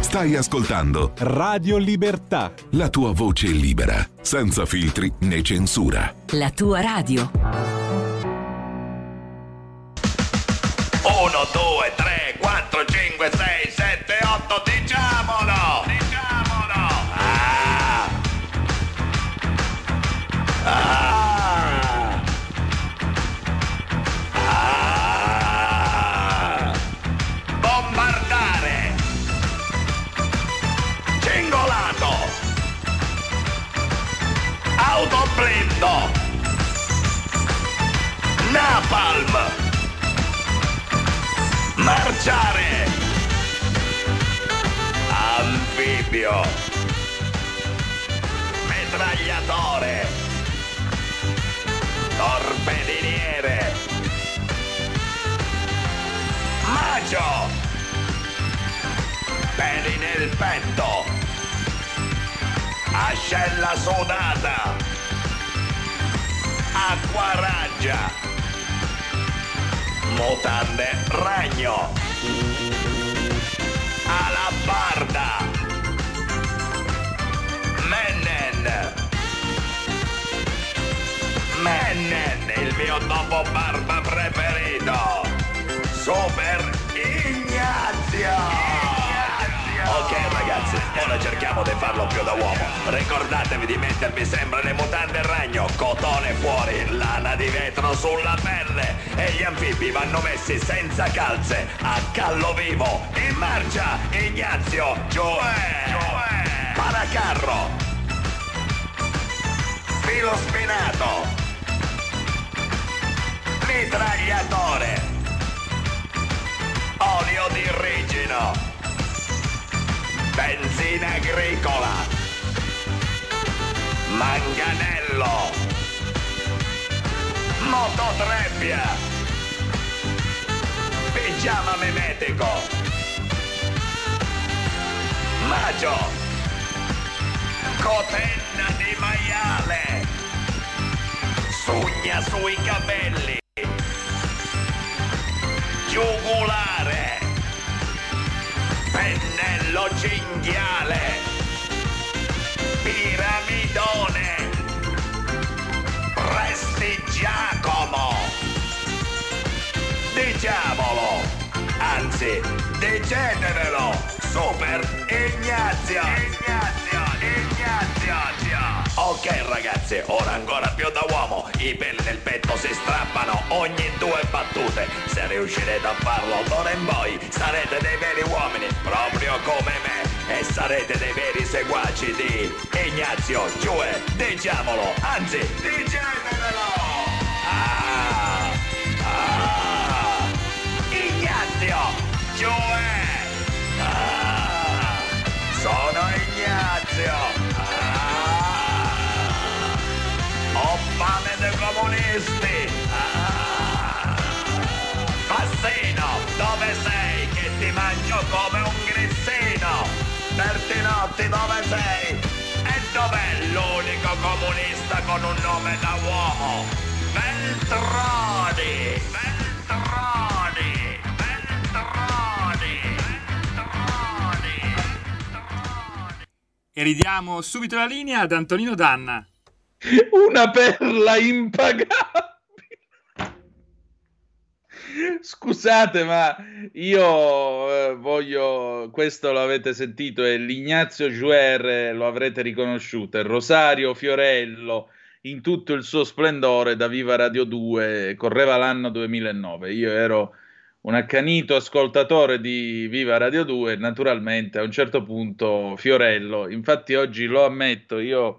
Stai ascoltando Radio Libertà. La tua voce libera, senza filtri né censura. La tua radio. 1, 2, 3, 4, 5, 6, 7, 8, diciamolo! Diciamolo! Bombardare! Cingolato! Autoblindo! Napalm! Marciare! Anfibio! Mitragliatore! Torpediniere! Macio! Peli nel petto! Ascella sudata! Acquaraggia! Mutande ragno! Alabarda! Mennen! Mennen, il mio topo barba preferito! Super Ignazio! Ok ragazzi, ora cerchiamo di farlo più da uomo. Ricordatevi di mettervi sempre le mutande ragno, cotone fuori, lana di vetro sulla pelle. E gli anfibi vanno messi senza calze, a callo vivo. In marcia, Ignazio, Gioè! Paracarro! Filo spinato! Mitragliatore! Olio di rigino! Benzina agricola! Manganello! Mototrebbia! Pigiama mimetico! Maggio! Cotenna di maiale! Sugna sui capelli! Giugulare! Pennello cinghiale! Piramidone! Prestigiacomo! Diciamolo! Anzi, dicetevelo! Super Ignazio! Ignazio! Ok ragazzi, ora ancora più da uomo. I peli del petto si strappano ogni 2 battute. Se riuscirete a farlo d'ora in poi sarete dei veri uomini, proprio come me. E sarete dei veri seguaci di Ignazio, Gioè, diciamolo, anzi, dicetevelo! Ignazio, Gioè! Sono Ignazio! Ho fame dei comunisti! Fassino, dove sei? Che ti mangio come un grissino! Bertinotti, dove sei? E dov'è l'unico comunista con un nome da uomo? Veltroni! Veltroni! Veltroni! Veltroni! E ridiamo subito la linea ad Antonino Danna. Una perla impagabile. Scusate, ma io voglio, questo lo avete sentito, è l'Ignazio Juer, lo avrete riconosciuto, è Rosario Fiorello in tutto il suo splendore da Viva Radio 2, correva l'anno 2009, io ero un accanito ascoltatore di Viva Radio 2 e naturalmente a un certo punto Fiorello, infatti oggi lo ammetto, io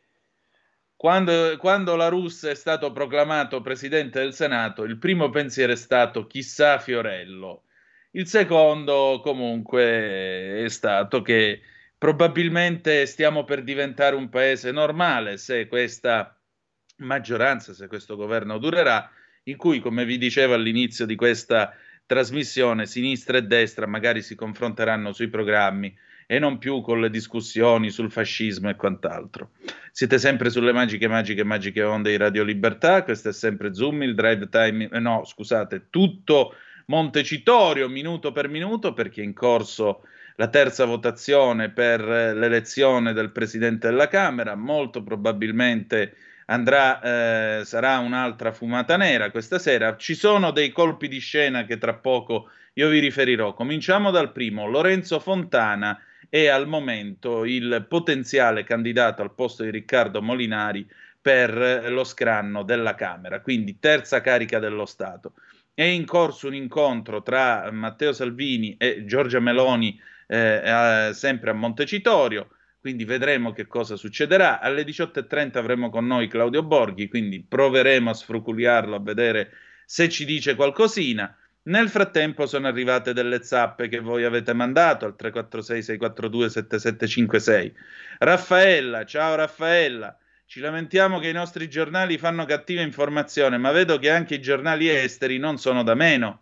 quando la Russa è stato proclamato presidente del Senato, il primo pensiero è stato chissà Fiorello. Il secondo, comunque, è stato che probabilmente stiamo per diventare un paese normale se questa maggioranza, se questo governo durerà, in cui, come vi dicevo all'inizio di questa trasmissione, sinistra e destra magari si confronteranno sui programmi e non più con le discussioni sul fascismo e quant'altro. Siete sempre sulle magiche onde di Radio Libertà, questo è sempre Zoom, il drive time, tutto Montecitorio, minuto per minuto, perché è in corso la terza votazione per l'elezione del Presidente della Camera, molto probabilmente sarà un'altra fumata nera questa sera. Ci sono dei colpi di scena che tra poco io vi riferirò. Cominciamo dal primo. Lorenzo Fontana è al momento il potenziale candidato al posto di Riccardo Molinari per lo scranno della Camera, quindi terza carica dello Stato. È in corso un incontro tra Matteo Salvini e Giorgia Meloni, sempre a Montecitorio, quindi vedremo che cosa succederà. Alle 18:30 avremo con noi Claudio Borghi, quindi proveremo a sfruculiarlo, a vedere se ci dice qualcosina. Nel frattempo sono arrivate delle zappe che voi avete mandato al 346-642-7756. Raffaella, ciao Raffaella, ci lamentiamo che i nostri giornali fanno cattiva informazione, ma vedo che anche i giornali esteri non sono da meno.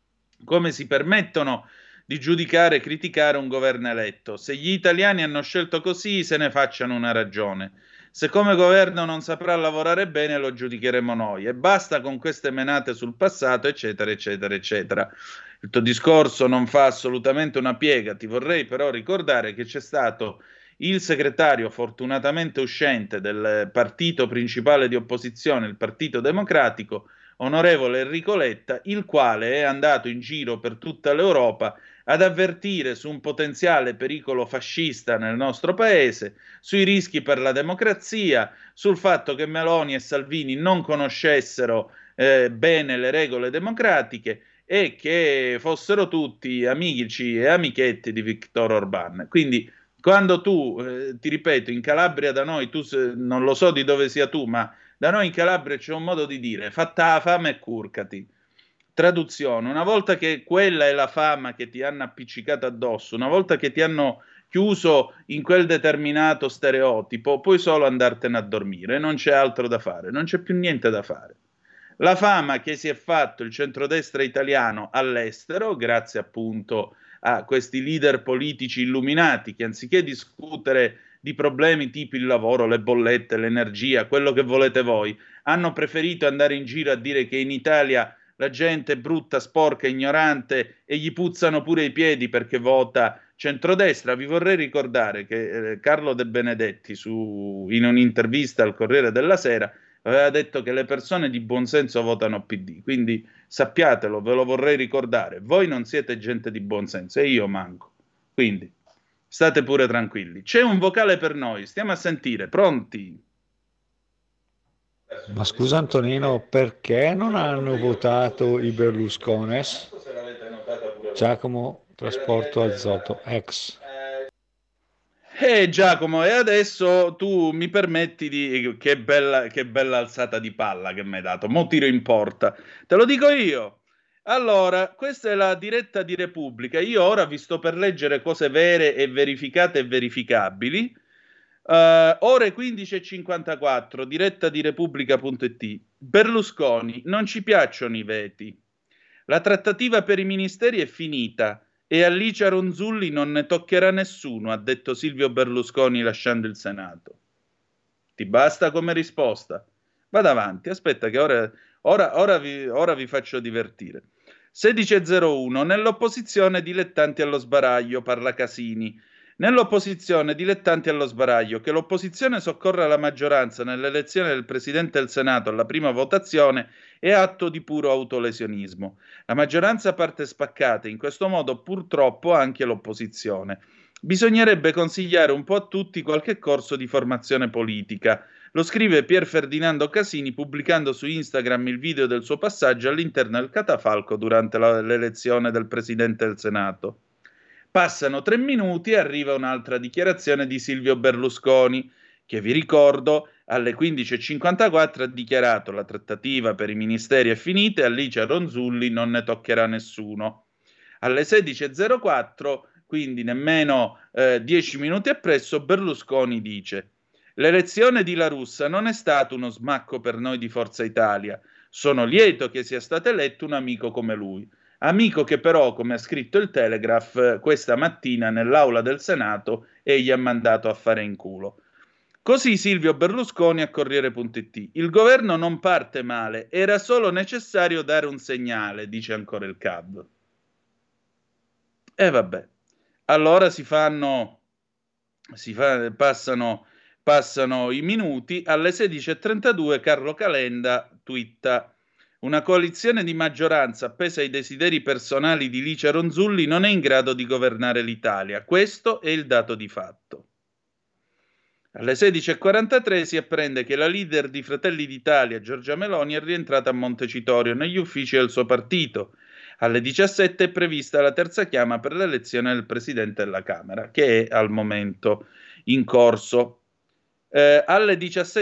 Come si permettono di giudicare e criticare un governo eletto? Se gli italiani hanno scelto così, se ne facciano una ragione. Se come governo non saprà lavorare bene, lo giudicheremo noi. E basta con queste menate sul passato, eccetera, eccetera, eccetera. Il tuo discorso non fa assolutamente una piega. Ti vorrei però ricordare che c'è stato il segretario fortunatamente uscente del partito principale di opposizione, il Partito Democratico, onorevole Enrico Letta, il quale è andato in giro per tutta l'Europa ad avvertire su un potenziale pericolo fascista nel nostro paese, sui rischi per la democrazia, sul fatto che Meloni e Salvini non conoscessero bene le regole democratiche e che fossero tutti amici e amichetti di Viktor Orban. Quindi quando tu, ti ripeto, in Calabria da noi, non lo so di dove sia tu, ma da noi in Calabria c'è un modo di dire, fatta la fame e curcati. Traduzione, una volta che quella è la fama che ti hanno appiccicato addosso, una volta che ti hanno chiuso in quel determinato stereotipo, puoi solo andartene a dormire, non c'è altro da fare, non c'è più niente da fare. La fama che si è fatto il centrodestra italiano all'estero, grazie appunto a questi leader politici illuminati che anziché discutere di problemi tipo il lavoro, le bollette, l'energia, quello che volete voi, hanno preferito andare in giro a dire che in Italia la gente è brutta, sporca, ignorante e gli puzzano pure i piedi perché vota centrodestra. Vi vorrei ricordare che Carlo De Benedetti in un'intervista al Corriere della Sera aveva detto che le persone di buonsenso votano PD, quindi sappiatelo, ve lo vorrei ricordare, voi non siete gente di buonsenso e io manco, quindi state pure tranquilli. C'è un vocale per noi, stiamo a sentire, pronti? Ma scusa Antonino, perché non hanno votato i Berluscones? Giacomo Trasporto Azoto, ex. Giacomo, e adesso tu mi permetti di... Che bella alzata di palla che mi hai dato, mo tiro in porta, te lo dico io. Allora, questa è la diretta di Repubblica, io ora vi sto per leggere cose vere e verificate e verificabili. Ore 15:54, diretta di Repubblica.it. Berlusconi, non ci piacciono i veti. La trattativa per i ministeri è finita e a Licia Ronzulli non ne toccherà nessuno, ha detto Silvio Berlusconi lasciando il Senato. Ti basta come risposta? Vado avanti, aspetta che ora vi faccio divertire. 16:01, nell'opposizione dilettanti allo sbaraglio, parla Casini. Nell'opposizione dilettanti allo sbaraglio, che l'opposizione soccorra la maggioranza nell'elezione del Presidente del Senato alla prima votazione è atto di puro autolesionismo. La maggioranza parte spaccata, in questo modo purtroppo anche l'opposizione. Bisognerebbe consigliare un po' a tutti qualche corso di formazione politica. Lo scrive Pier Ferdinando Casini pubblicando su Instagram il video del suo passaggio all'interno del catafalco durante l'elezione del Presidente del Senato. Passano 3 minuti e arriva un'altra dichiarazione di Silvio Berlusconi, che vi ricordo alle 15:54 ha dichiarato la trattativa per i ministeri è finita e a Licia Ronzulli non ne toccherà nessuno. Alle 16:04, quindi nemmeno 10 minuti appresso, Berlusconi dice: l'elezione di La Russa non è stato uno smacco per noi di Forza Italia. Sono lieto che sia stato eletto un amico come lui. Amico che però, come ha scritto il Telegraph, questa mattina nell'aula del Senato egli ha mandato a fare in culo. Così Silvio Berlusconi a Corriere.it. Il governo non parte male, era solo necessario dare un segnale, dice ancora il CAV. E vabbè. Allora passano i minuti, alle 16:32 Carlo Calenda twitta: una coalizione di maggioranza appesa ai desideri personali di Licia Ronzulli non è in grado di governare l'Italia. Questo è il dato di fatto. Alle 16:43 si apprende che la leader di Fratelli d'Italia, Giorgia Meloni, è rientrata a Montecitorio negli uffici del suo partito. Alle 17 è prevista la terza chiama per l'elezione del Presidente della Camera, che è al momento in corso. Alle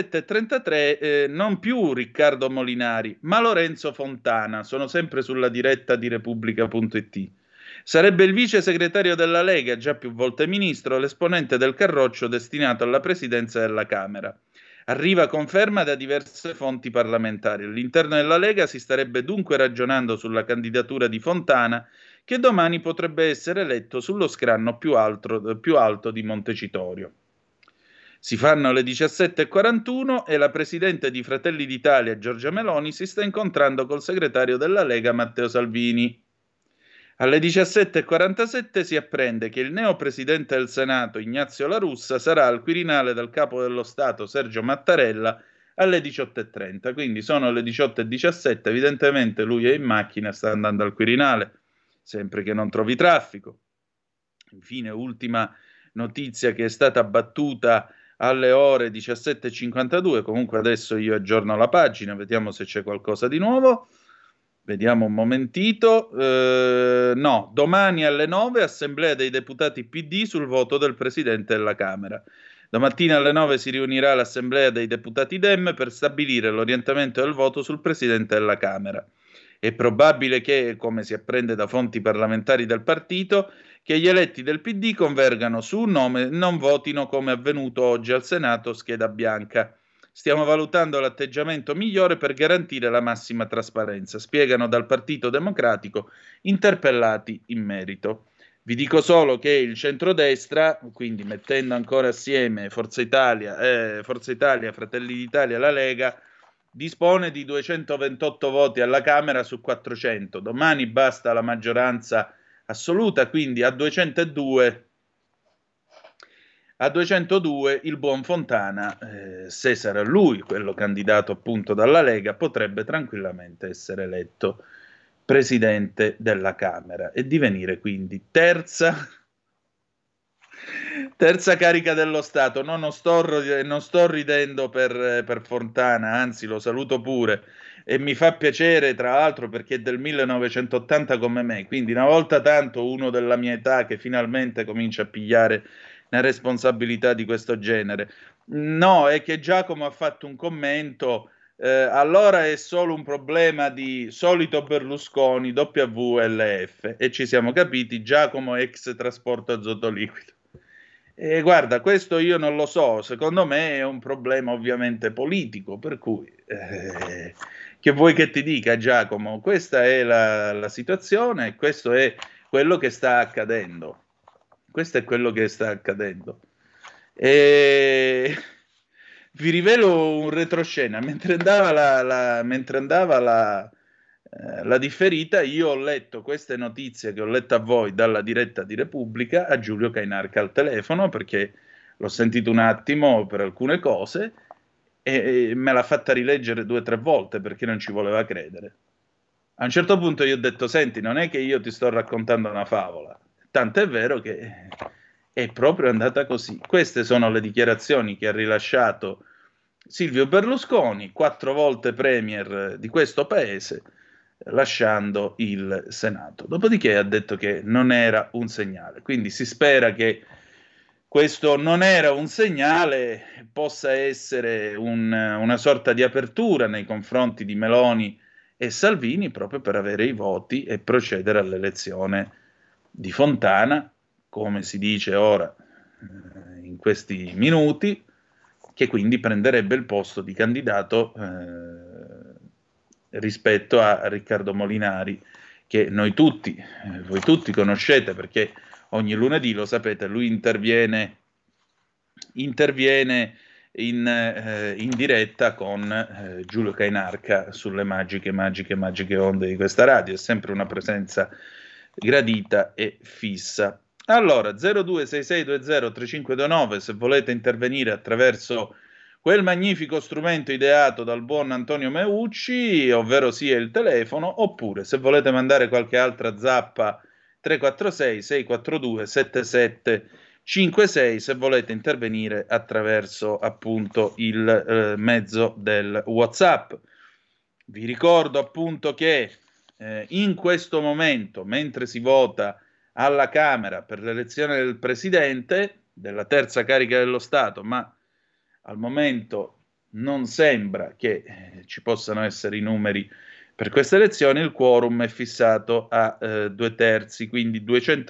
17:33 non più Riccardo Molinari, ma Lorenzo Fontana. Sono sempre sulla diretta di Repubblica.it. Sarebbe il vice segretario della Lega, già più volte ministro, l'esponente del Carroccio destinato alla presidenza della Camera. Arriva conferma da diverse fonti parlamentari. All'interno della Lega si starebbe dunque ragionando sulla candidatura di Fontana, che domani potrebbe essere eletto sullo scranno più alto di Montecitorio. Si fanno le 17:41 e la presidente di Fratelli d'Italia, Giorgia Meloni, si sta incontrando col segretario della Lega, Matteo Salvini. Alle 17:47 si apprende che il neo presidente del Senato, Ignazio La Russa, sarà al Quirinale del Capo dello Stato, Sergio Mattarella, alle 18:30. Quindi sono le 18:17, evidentemente lui è in macchina, sta andando al Quirinale, sempre che non trovi traffico. Infine, ultima notizia che è stata battuta alle ore 17:52, comunque adesso io aggiorno la pagina, vediamo se c'è qualcosa di nuovo. Vediamo un momentito. No, domani alle 9 assemblea dei deputati PD sul voto del Presidente della Camera. Domattina alle 9 si riunirà l'assemblea dei deputati Dem per stabilire l'orientamento del voto sul Presidente della Camera. È probabile che, come si apprende da fonti parlamentari del partito, che gli eletti del PD convergano su un nome e non votino come avvenuto oggi al Senato scheda bianca. Stiamo valutando l'atteggiamento migliore per garantire la massima trasparenza, spiegano dal Partito Democratico, interpellati in merito. Vi dico solo che il centrodestra, quindi mettendo ancora assieme Forza Italia, Fratelli d'Italia e la Lega, dispone di 228 voti alla Camera su 400. Domani basta la maggioranza assoluta, quindi a 202 il buon Fontana, se sarà lui quello candidato appunto dalla Lega, potrebbe tranquillamente essere eletto presidente della Camera e divenire quindi terza carica dello Stato. No, non sto ridendo per Fontana, anzi lo saluto pure e mi fa piacere tra l'altro perché è del 1980 come me, quindi una volta tanto uno della mia età che finalmente comincia a pigliare una responsabilità di questo genere. No, è che Giacomo ha fatto un commento, allora è solo un problema di solito Berlusconi, WLF, e ci siamo capiti, Giacomo ex trasporto azoto liquido. E guarda, questo io non lo so, secondo me è un problema ovviamente politico, per cui che vuoi che ti dica Giacomo? Questa è la situazione e questo è quello che sta accadendo. Questo è quello che sta accadendo. E vi rivelo un retroscena. Mentre andava la differita, io ho letto queste notizie che ho letto a voi dalla diretta di Repubblica a Giulio Cainarca al telefono, perché l'ho sentito un attimo per alcune cose e me l'ha fatta rileggere 2 o 3 volte perché non ci voleva credere. A un certo punto io ho detto: senti, non è che io ti sto raccontando una favola. Tant'è vero che è proprio andata così. Queste sono le dichiarazioni che ha rilasciato Silvio Berlusconi, 4 volte premier di questo paese, lasciando il Senato. Dopodiché ha detto che non era un segnale. Quindi si spera che questo non era un segnale possa essere una sorta di apertura nei confronti di Meloni e Salvini, proprio per avere i voti e procedere all'elezione di Fontana, come si dice ora in questi minuti, che quindi prenderebbe il posto di candidato rispetto a Riccardo Molinari, che voi tutti conoscete perché ogni lunedì, lo sapete, lui interviene in diretta con Giulio Cainarca sulle magiche onde di questa radio. È sempre una presenza gradita e fissa. Allora, 0266203529, se volete intervenire attraverso quel magnifico strumento ideato dal buon Antonio Meucci, ovvero sia il telefono, oppure se volete mandare qualche altra zappa, 346-642-7756, se volete intervenire attraverso appunto il mezzo del WhatsApp. Vi ricordo appunto che in questo momento, mentre si vota alla Camera per l'elezione del Presidente, della terza carica dello Stato, ma al momento non sembra che ci possano essere i numeri per queste elezioni, il quorum è fissato a 2/3, quindi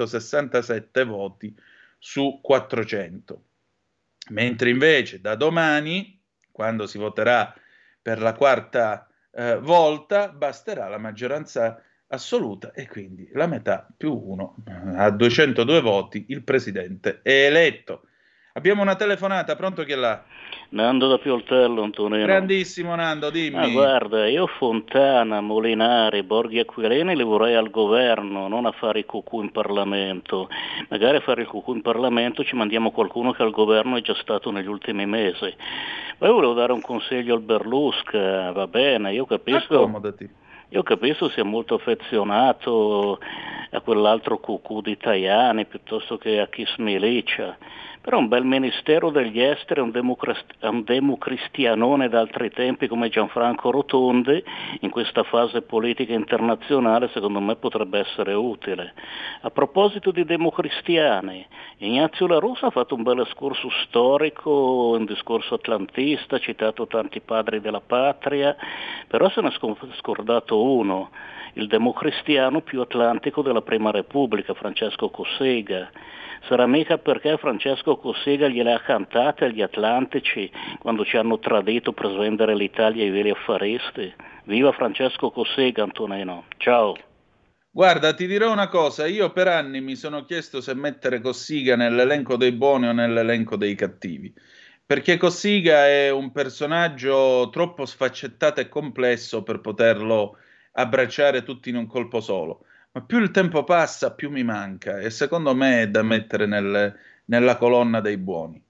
267 voti su 400. Mentre invece da domani, quando si voterà per la quarta volta, basterà la maggioranza assoluta e quindi la metà più uno, a 202 voti, il Presidente è eletto. Abbiamo una telefonata, pronto chi è là? Nando da Pioltello, Antonino. Grandissimo Nando, dimmi. Ma guarda, io Fontana, Molinari, Borghi Acquilini li vorrei al governo, non a fare i cucù in Parlamento. Magari a fare il cucù in Parlamento ci mandiamo qualcuno che al governo è già stato negli ultimi mesi. Poi volevo dare un consiglio al Berlusca, va bene, io capisco... Accomodati. Io capisco sia molto affezionato a quell'altro cucù di Tajani piuttosto che a Kiss Milicia, però un bel ministero degli esteri, un democristianone d'altri tempi come Gianfranco Rotondi, in questa fase politica internazionale secondo me potrebbe essere utile. A proposito di democristiani, Ignazio La Russa ha fatto un bel escurso storico, un discorso atlantista, ha citato tanti padri della patria, però se ne è scordato uno, il democristiano più atlantico della Prima Repubblica, Francesco Cossiga. Sarà mica perché Francesco Cossiga gliele ha cantate agli atlantici quando ci hanno tradito per svendere l'Italia ai veri affaristi? Viva Francesco Cossiga, Antonino. Ciao. Guarda, ti dirò una cosa, io per anni mi sono chiesto se mettere Cossiga nell'elenco dei buoni o nell'elenco dei cattivi, perché Cossiga è un personaggio troppo sfaccettato e complesso per poterlo abbracciare tutti in un colpo solo. Ma più il tempo passa, più mi manca e secondo me è da mettere nella colonna dei buoni.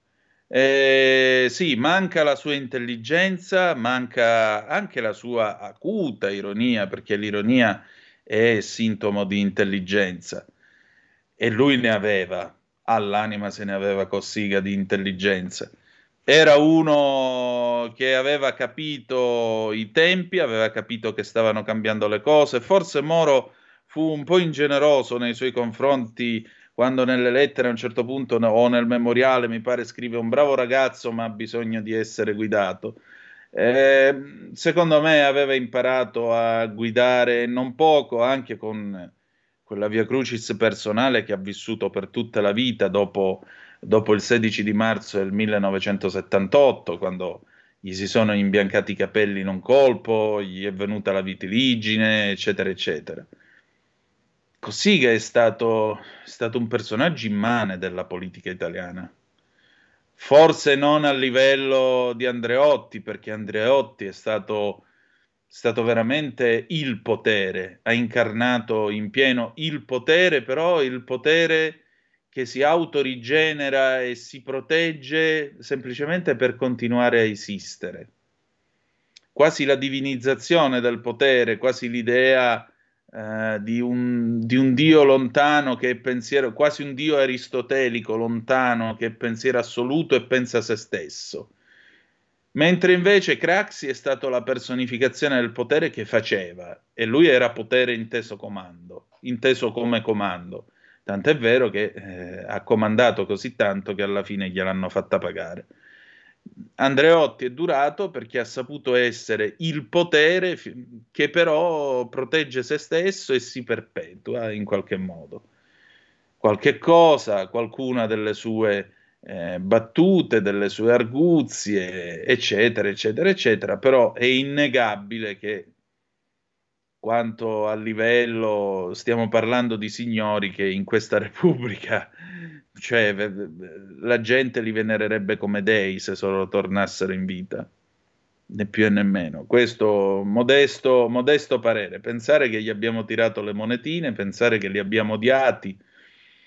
Sì, manca la sua intelligenza, manca anche la sua acuta ironia, perché l'ironia è sintomo di intelligenza e lui ne aveva, all'anima se ne aveva Cossiga di intelligenza. Era uno che aveva capito i tempi, aveva capito che stavano cambiando le cose. Forse Moro fu un po' ingeneroso nei suoi confronti quando nelle lettere a un certo punto o nel memoriale mi pare scrive un bravo ragazzo ma ha bisogno di essere guidato. Secondo me aveva imparato a guidare non poco, anche con quella via crucis personale che ha vissuto per tutta la vita dopo il 16 di marzo del 1978, quando gli si sono imbiancati i capelli in un colpo, gli è venuta la vitiligine, eccetera, eccetera. Cossiga è stato un personaggio immane della politica italiana. Forse non a livello di Andreotti, perché Andreotti è stato veramente il potere, ha incarnato in pieno il potere, però il potere che si autorigenera e si protegge semplicemente per continuare a esistere. Quasi la divinizzazione del potere, quasi l'idea di un dio lontano che è pensiero, quasi un dio aristotelico lontano che è pensiero assoluto e pensa a se stesso. Mentre invece Craxi è stato la personificazione del potere che faceva, e lui era potere inteso come comando. Tant'è vero che ha comandato così tanto che alla fine gliel'hanno fatta pagare. Andreotti è durato perché ha saputo essere il potere che però protegge se stesso e si perpetua in qualche modo. Qualche cosa, qualcuna delle sue battute, delle sue arguzie, eccetera, eccetera, eccetera, però è innegabile che quanto a livello stiamo parlando di signori che in questa Repubblica, cioè la gente li venererebbe come dei se solo tornassero in vita, né più e nemmeno. Questo modesto parere, pensare che gli abbiamo tirato le monetine, pensare che li abbiamo odiati,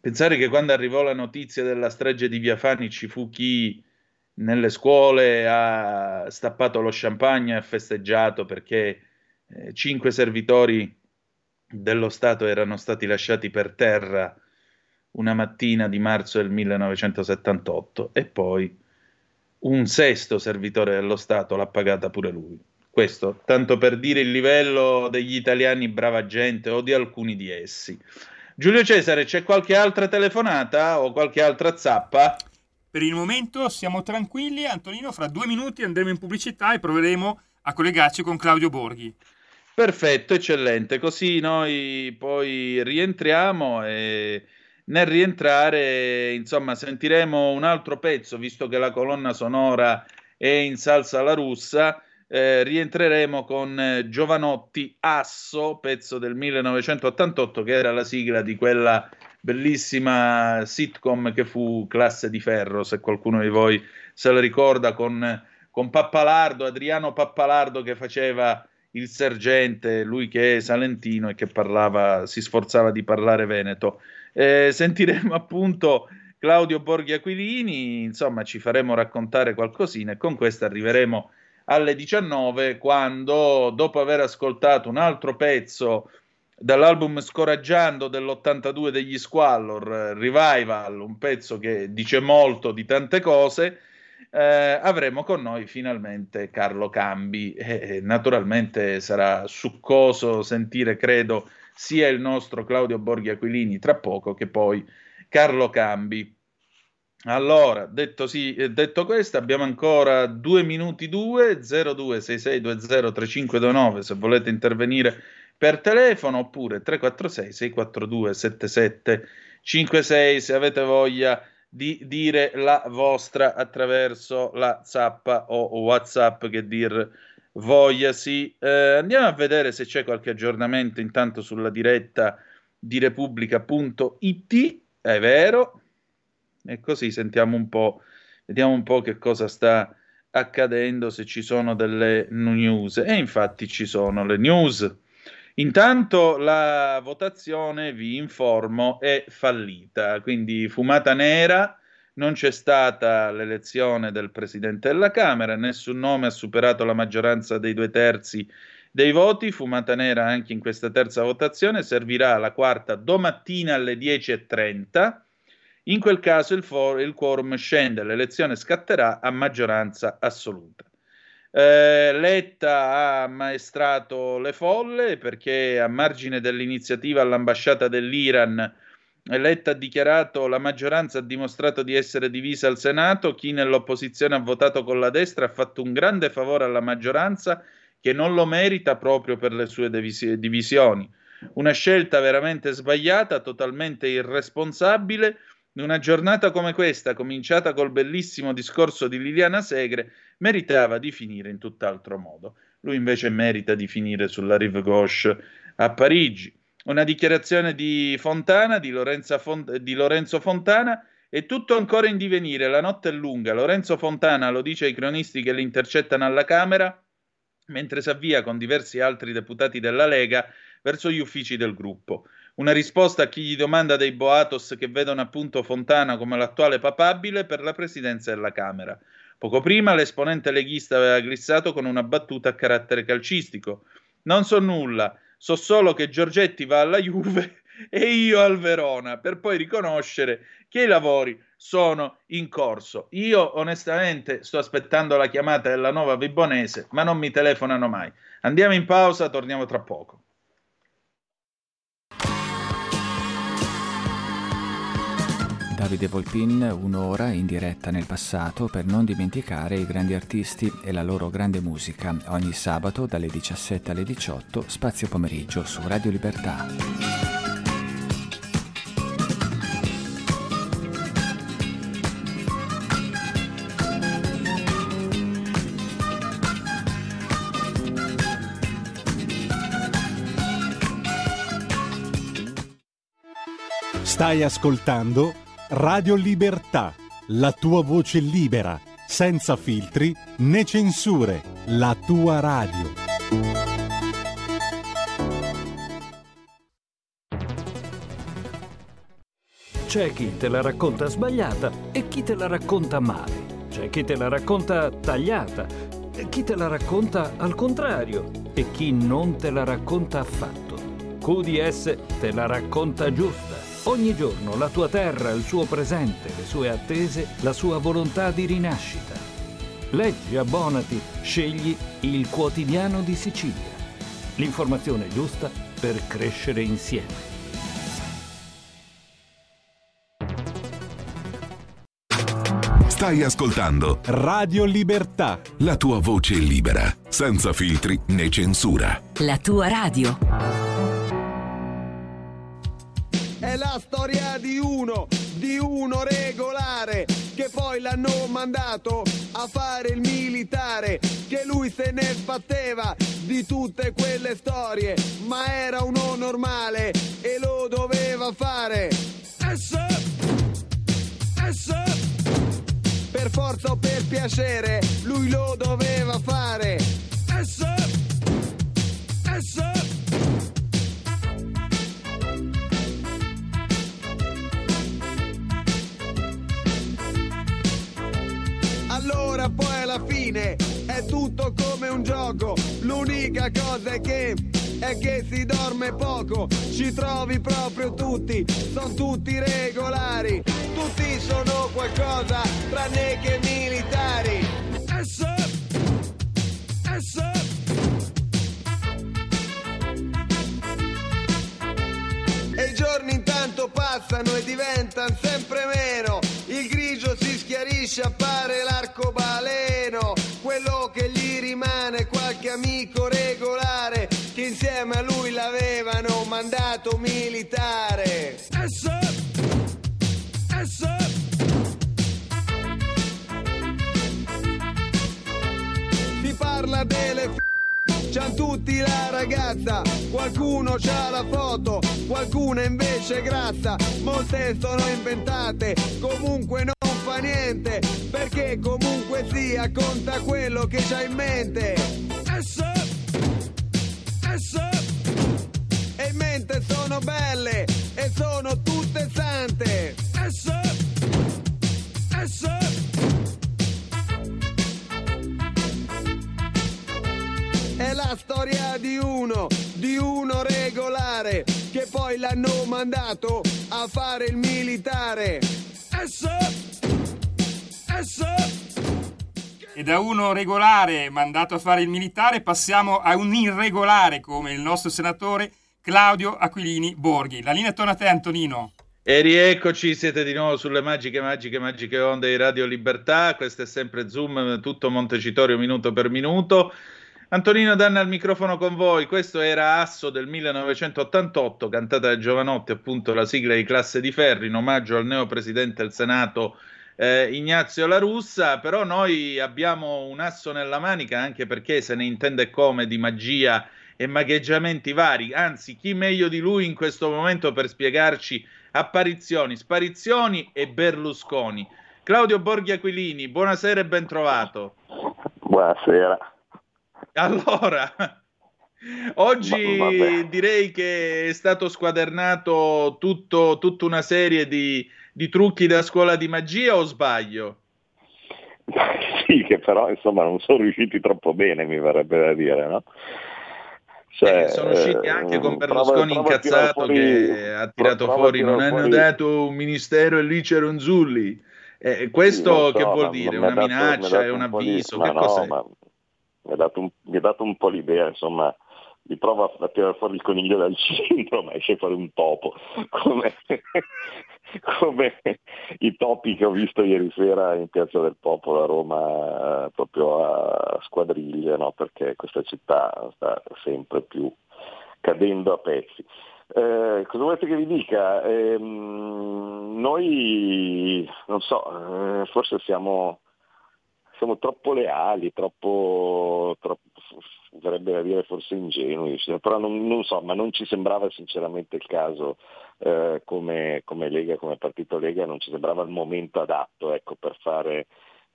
Pensare che quando arrivò la notizia della strage di Via Fani ci fu chi nelle scuole ha stappato lo champagne e ha festeggiato perché 5 servitori dello Stato erano stati lasciati per terra una mattina di marzo del 1978 e poi un 6º servitore dello Stato l'ha pagata pure lui. Questo tanto per dire il livello degli italiani brava gente o di alcuni di essi. Giulio Cesare, c'è qualche altra telefonata o qualche altra zappa? Per il momento siamo tranquilli, Antonino, fra 2 minuti andremo in pubblicità e proveremo a collegarci con Claudio Borghi. Perfetto, eccellente, così noi poi rientriamo e nel rientrare, insomma, sentiremo un altro pezzo, visto che la colonna sonora è in salsa alla russa, rientreremo con Giovanotti Asso, pezzo del 1988, che era la sigla di quella bellissima sitcom che fu Classe di Ferro, se qualcuno di voi se la ricorda, con Pappalardo, Adriano Pappalardo che faceva il sergente, lui che è salentino e che si sforzava di parlare veneto. Sentiremo appunto Claudio Borghi Aquilini, insomma ci faremo raccontare qualcosina e con questo arriveremo alle 19, quando dopo aver ascoltato un altro pezzo dall'album Scoraggiando dell'82 degli Squallor, Revival, un pezzo che dice molto di tante cose, avremo con noi finalmente Carlo Cambi. Naturalmente sarà succoso sentire, credo, sia il nostro Claudio Borghi Aquilini tra poco che poi Carlo Cambi. Allora, detto questo, abbiamo ancora 2 minuti 0266203529 se volete intervenire per telefono, oppure 346 642 7756 se avete voglia di dire la vostra attraverso la zappa o WhatsApp, che dir vogliasi. Andiamo a vedere se c'è qualche aggiornamento intanto sulla diretta di Repubblica.it, è vero, e così sentiamo un po', vediamo un po' che cosa sta accadendo, se ci sono delle news, e infatti ci sono le news. Intanto la votazione, vi informo, è fallita, quindi fumata nera, non c'è stata l'elezione del Presidente della Camera, nessun nome ha superato la maggioranza dei 2/3 dei voti, fumata nera anche in questa terza votazione, servirà la quarta domattina alle 10:30, in quel caso il quorum scende, l'elezione scatterà a maggioranza assoluta. Letta ha ammaestrato le folle perché a margine dell'iniziativa all'ambasciata dell'Iran, Letta ha dichiarato: la maggioranza ha dimostrato di essere divisa al Senato, chi nell'opposizione ha votato con la destra ha fatto un grande favore alla maggioranza che non lo merita proprio per le sue divisioni. Una scelta veramente sbagliata, totalmente irresponsabile. Una giornata come questa, cominciata col bellissimo discorso di Liliana Segre, meritava di finire in tutt'altro modo. Lui invece merita di finire sulla Rive Gauche a Parigi. Una dichiarazione di Fontana, di Lorenzo Fontana: è tutto ancora in divenire, la notte è lunga. Lorenzo Fontana lo dice ai cronisti che li intercettano alla Camera, mentre si avvia con diversi altri deputati della Lega verso gli uffici del gruppo. Una risposta a chi gli domanda dei boatos che vedono appunto Fontana come l'attuale papabile per la presidenza della Camera. Poco prima l'esponente leghista aveva glissato con una battuta a carattere calcistico: non so nulla, so solo che Giorgetti va alla Juve e io al Verona, per poi riconoscere che i lavori sono in corso. Io onestamente sto aspettando la chiamata della Nuova Vibonese, ma non mi telefonano mai. Andiamo in pausa, torniamo tra poco. Davide Volpin, un'ora in diretta nel passato per non dimenticare i grandi artisti e la loro grande musica. Ogni sabato dalle 17 alle 18, spazio pomeriggio su Radio Libertà. Stai ascoltando Radio Libertà, la tua voce libera, senza filtri né censure, la tua radio. C'è chi te la racconta sbagliata e chi te la racconta male. C'è chi te la racconta tagliata e chi te la racconta al contrario e chi non te la racconta affatto. QDS te la racconta giusta. Ogni giorno la tua terra, il suo presente, le sue attese, la sua volontà di rinascita. Leggi, abbonati, scegli il Quotidiano di Sicilia. L'informazione giusta per crescere insieme. Stai ascoltando Radio Libertà. la tua voce libera, senza filtri né censura. La tua radio. È la storia di uno regolare, che poi l'hanno mandato a fare il militare, che lui se ne sbatteva di tutte quelle storie, ma era uno normale e lo doveva fare. Per forza o per piacere, lui lo doveva fare. Allora poi alla fine è tutto come un gioco, l'unica cosa è che si dorme poco, ci trovi proprio tutti, sono tutti regolari, tutti sono qualcosa tranne che militari. E i giorni intanto passano e diventano sempre meno, il grigio si schiarisce, appare l'arcobaleno, quello che gli rimane qualche amico regolare che insieme a lui l'avevano mandato militare. Si parla delle c'han tutti la ragazza, qualcuno c'ha la foto, qualcuna invece è grassa, molte sono inventate, comunque non fa niente, perché comunque sia conta quello che c'ha in mente. E in mente sono belle e sono tutte sante. È la storia di uno regolare, che poi l'hanno mandato a fare il militare. E da uno regolare mandato a fare il militare passiamo a un irregolare come il nostro senatore Claudio Aquilini Borghi. La linea torna a te, Antonino. E rieccoci, siete di nuovo sulle magiche onde di Radio Libertà. Questo è sempre Zoom, tutto Montecitorio minuto per minuto. Antonino Danna al microfono con voi. Questo era Asso del 1988, cantata da Giovanotti, appunto la sigla di Classe di Ferri, in omaggio al neopresidente del Senato Ignazio La Russa. Però noi abbiamo un asso nella manica, anche perché se ne intende come di magia e magheggiamenti vari, anzi chi meglio di lui in questo momento per spiegarci apparizioni, sparizioni e Berlusconi. Claudio Borghi Aquilini, buonasera e ben trovato. Buonasera. Allora, oggi direi che è stato squadernato tutta una serie di trucchi da scuola di magia, o sbaglio? Sì, che però insomma non sono riusciti troppo bene, mi verrebbe da dire, no? Cioè, sono usciti anche con Berlusconi incazzato che ha tirato fuori non hanno dato un ministero e lì c'era un Zulli. Questo sì, che vuol dire? Una minaccia, è un avviso? Che cos'è? Mi ha dato un po' l'idea, insomma, di prova a tirare fuori il coniglio dal centro, ma esce fuori un topo, come i topi che ho visto ieri sera in Piazza del Popolo a Roma, proprio a squadriglie, no? Perché questa città sta sempre più cadendo a pezzi. Cosa volete che vi dica? Noi, non so, forse siamo troppo leali, troppo verrebbe da dire forse ingenui, però non so, ma non ci sembrava sinceramente il caso come Lega, come partito Lega, non ci sembrava il momento adatto, ecco, per fare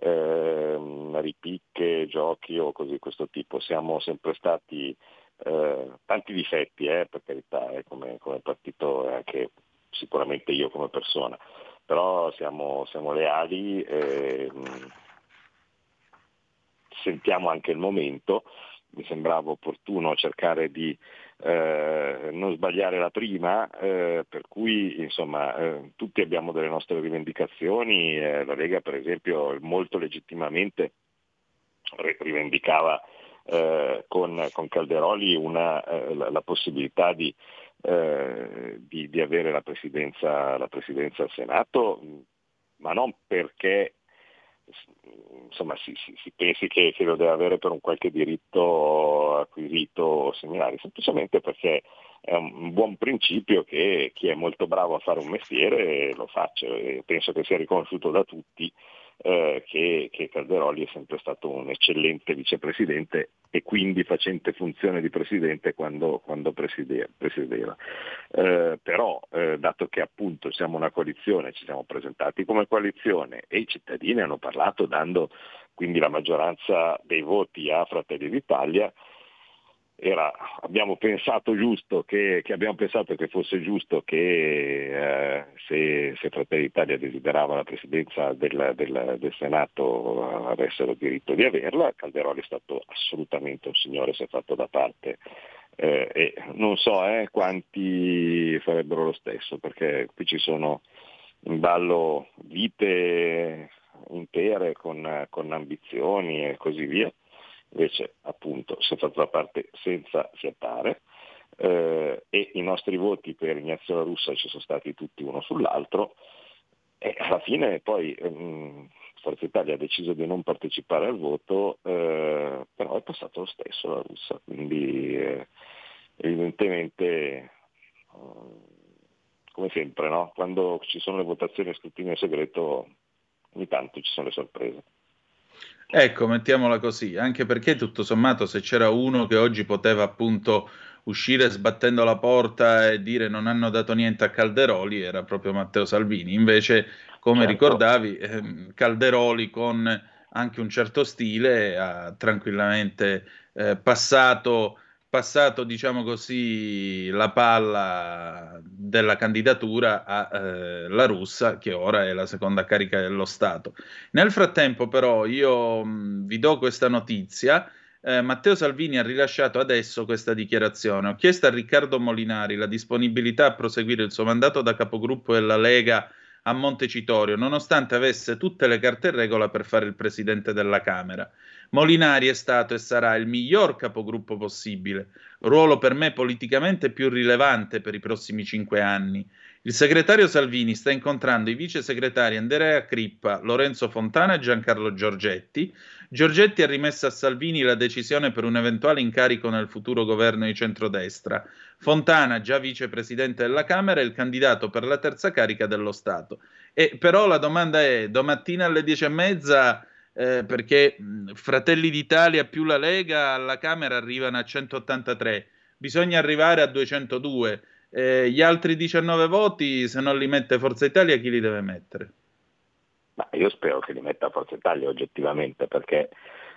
ripicche, giochi o così questo tipo. Siamo sempre stati tanti difetti, per carità, come partito anche sicuramente io come persona, però siamo leali, sentiamo anche il momento. Mi sembrava opportuno cercare di non sbagliare la prima, per cui insomma tutti abbiamo delle nostre rivendicazioni. La Lega per esempio molto legittimamente rivendicava con Calderoli la possibilità di avere la presidenza al Senato, ma non perché insomma si pensi che lo deve avere per un qualche diritto acquisito o similari, semplicemente perché è un buon principio che chi è molto bravo a fare un mestiere lo faccia, e penso che sia riconosciuto da tutti che Calderoli è sempre stato un eccellente vicepresidente e quindi facente funzione di presidente quando presiedeva. Però dato che appunto siamo una coalizione, ci siamo presentati come coalizione e i cittadini hanno parlato dando quindi la maggioranza dei voti a Fratelli d'Italia, abbiamo pensato che fosse giusto che se Fratelli d'Italia desiderava la presidenza del Senato avessero diritto di averla. Calderoli è stato assolutamente un signore, si è fatto da parte, e non so quanti farebbero lo stesso, perché qui ci sono in ballo vite intere con ambizioni e così via. Invece appunto si è fatto da parte senza fiatare, e i nostri voti per Ignazio La Russa ci sono stati tutti uno sull'altro, e alla fine poi Forza Italia ha deciso di non partecipare al voto, però è passato lo stesso La Russa, quindi evidentemente come sempre, no? Quando ci sono le votazioni a scrutinio segreto ogni tanto ci sono le sorprese. Ecco, mettiamola così, anche perché tutto sommato se c'era uno che oggi poteva appunto uscire sbattendo la porta e dire non hanno dato niente a Calderoli era proprio Matteo Salvini. Invece, come ricordavi, Calderoli con anche un certo stile ha tranquillamente passato, diciamo così, la palla della candidatura a La Russa, che ora è la seconda carica dello Stato. Nel frattempo, però, io vi do questa notizia. Matteo Salvini ha rilasciato adesso questa dichiarazione. Ho chiesto a Riccardo Molinari la disponibilità a proseguire il suo mandato da capogruppo della Lega a Montecitorio, nonostante avesse tutte le carte in regola per fare il presidente della Camera. Molinari è stato e sarà il miglior capogruppo possibile, ruolo per me politicamente più rilevante per i prossimi 5 anni. Il segretario Salvini sta incontrando i vice segretari Andrea Crippa, Lorenzo Fontana e Giancarlo Giorgetti. Giorgetti ha rimesso a Salvini la decisione per un eventuale incarico nel futuro governo di centrodestra. Fontana, già vicepresidente della Camera, è il candidato per la terza carica dello Stato. E però la domanda è, domattina alle 10:30, perché Fratelli d'Italia più la Lega alla Camera arrivano a 183, bisogna arrivare a 202. Gli altri 19 voti, se non li mette Forza Italia, chi li deve mettere? Ma io spero che li metta Forza Italia oggettivamente, perché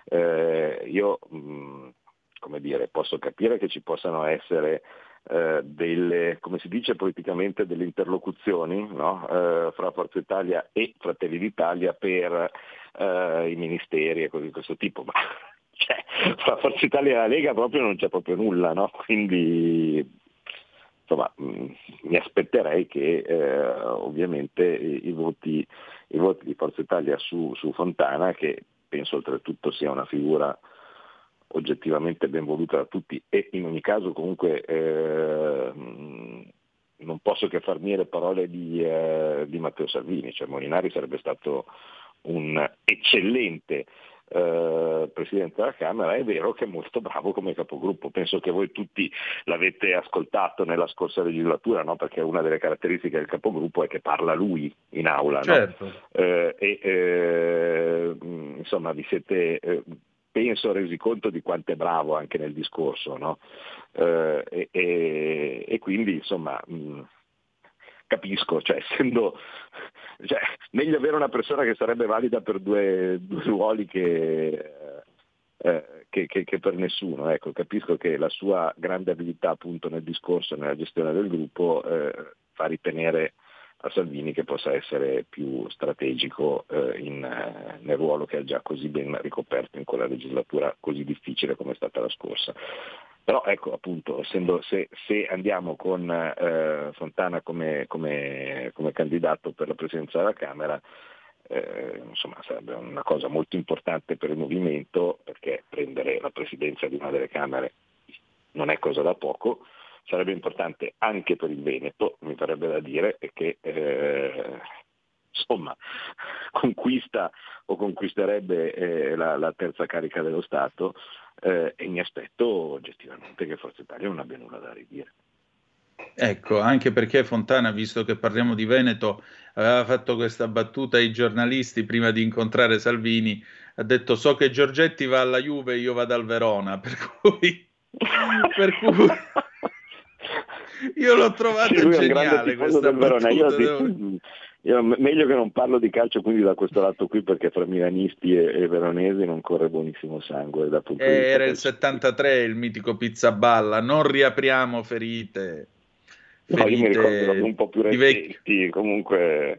io come dire, posso capire che ci possano essere delle, come si dice politicamente, delle interlocuzioni, no? Fra Forza Italia e Fratelli d'Italia per i ministeri e cose di questo tipo, ma cioè, fra Forza Italia e la Lega proprio non c'è proprio nulla, no? Quindi insomma mi aspetterei che ovviamente i voti di Forza Italia su Fontana, che penso oltretutto sia una figura oggettivamente ben voluta da tutti, e in ogni caso comunque non posso che far mie le parole di Matteo Salvini, cioè Molinari sarebbe stato un eccellente Presidente della Camera. È vero che è molto bravo come capogruppo, penso che voi tutti l'avete ascoltato nella scorsa legislatura, no? Perché una delle caratteristiche del capogruppo è che parla lui in aula, certo. No? Insomma vi siete penso resi conto di quanto è bravo anche nel discorso, no? E quindi insomma capisco, cioè meglio avere una persona che sarebbe valida per due ruoli che per nessuno. Ecco, capisco che la sua grande abilità appunto nel discorso e nella gestione del gruppo fa ritenere a Salvini che possa essere più strategico nel ruolo che ha già così ben ricoperto in quella legislatura così difficile come è stata la scorsa. Però ecco, appunto, se andiamo con Fontana come candidato per la presidenza della Camera, insomma sarebbe una cosa molto importante per il movimento, perché prendere la presidenza di una delle Camere non è cosa da poco. Sarebbe importante anche per il Veneto, mi farebbe da dire, che insomma conquista o conquisterebbe la terza carica dello Stato, e mi aspetto oggettivamente che Forza Italia non abbia nulla da ridire. Ecco, anche perché Fontana, visto che parliamo di Veneto, aveva fatto questa battuta ai giornalisti prima di incontrare Salvini, ha detto: so che Giorgetti va alla Juve, io vado al Verona, per cui io l'ho trovato geniale questa battuta. Io meglio che non parlo di calcio, quindi da questo lato qui, perché fra milanisti e veronesi non corre buonissimo sangue. Era il 73, il mitico Pizzaballa, non riapriamo ferite. No, io mi ricordo un po' più recenti, comunque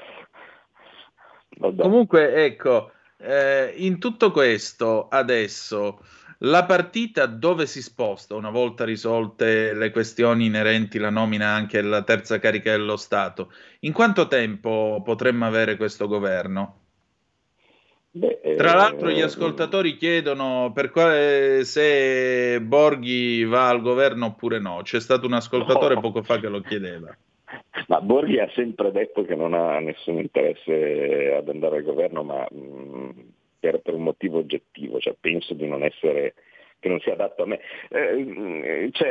ecco, in tutto questo adesso la partita dove si sposta una volta risolte le questioni inerenti alla nomina anche alla terza carica dello Stato? In quanto tempo potremmo avere questo governo? Tra l'altro gli ascoltatori chiedono se Borghi va al governo oppure no. C'è stato un ascoltatore poco fa che lo chiedeva. Ma Borghi ha sempre detto che non ha nessun interesse ad andare al governo, ma per un motivo oggettivo, cioè penso di non essere, che non sia adatto a me. C'è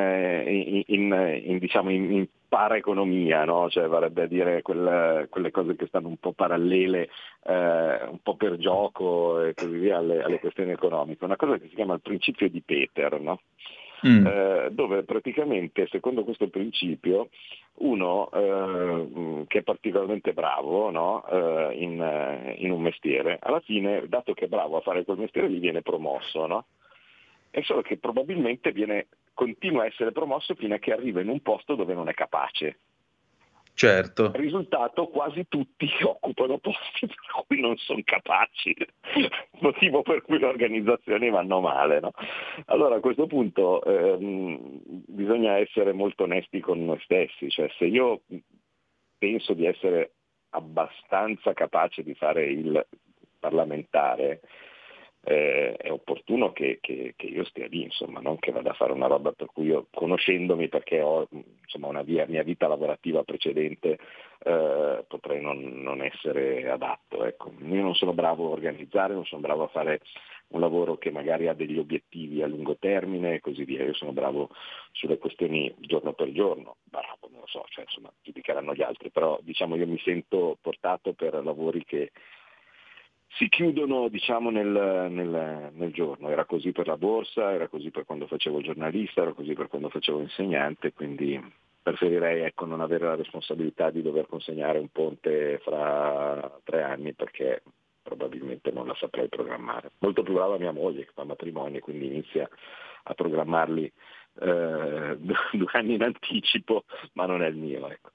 in para-economia, no? Cioè varrebbe a dire quelle cose che stanno un po' parallele, un po' per gioco e così via alle questioni economiche, una cosa che si chiama il principio di Peter, no? Dove praticamente, secondo questo principio, uno che è particolarmente bravo, no? in un mestiere, alla fine, dato che è bravo a fare quel mestiere, gli viene promosso, no? È solo che probabilmente continua a essere promosso fino a che arriva in un posto dove non è capace. Certo. Risultato, quasi tutti occupano posti per cui non sono capaci, motivo per cui le organizzazioni vanno male, no? Allora a questo punto bisogna essere molto onesti con noi stessi, cioè se io penso di essere abbastanza capace di fare il parlamentare, è opportuno che io stia lì, insomma, non che vada a fare una roba per cui io, conoscendomi, perché ho insomma una mia vita lavorativa precedente, potrei non essere adatto. Ecco. Io non sono bravo a organizzare, non sono bravo a fare un lavoro che magari ha degli obiettivi a lungo termine e così via. Io sono bravo sulle questioni giorno per giorno, bravo, non lo so, cioè, insomma, giudicheranno gli altri, però diciamo io mi sento portato per lavori che si chiudono, diciamo, nel giorno. Era così per la borsa, era così per quando facevo il giornalista, era così per quando facevo insegnante, quindi preferirei, ecco, non avere la responsabilità di dover consegnare un ponte fra 3 anni, perché probabilmente non la saprei programmare. Molto più brava mia moglie che fa matrimoni, quindi inizia a programmarli 2 anni in anticipo, ma non è il mio, ecco.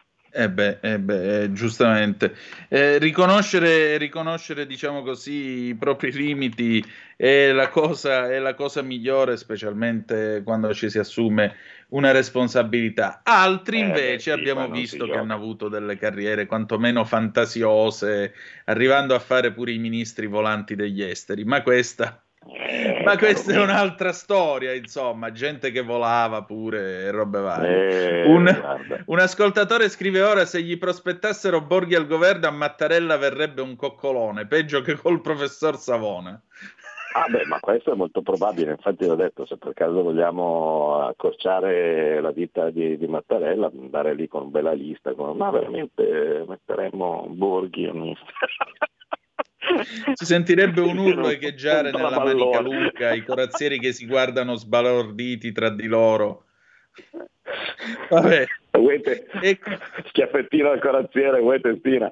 Giustamente. Riconoscere, diciamo così, i propri limiti è la cosa migliore, specialmente quando ci si assume una responsabilità. Altri invece abbiamo visto che hanno avuto delle carriere quantomeno fantasiose, arrivando a fare pure i ministri volanti degli esteri, ma questa è un'altra storia, insomma, gente che volava pure e robe varie. Un ascoltatore scrive ora: se gli prospettassero Borghi al governo, a Mattarella verrebbe un coccolone, peggio che col professor Savona. Ma questo è molto probabile, infatti l'ho detto, se per caso vogliamo accorciare la vita di Mattarella, andare lì con bella lista, ma veramente metteremmo Borghi a ministro. Si sentirebbe un urlo echeggiare nella Manica Lucca, i corazzieri che si guardano sbalorditi tra di loro. Vabbè. Ecco. Schiaffettino al corazziere, vuoi testina?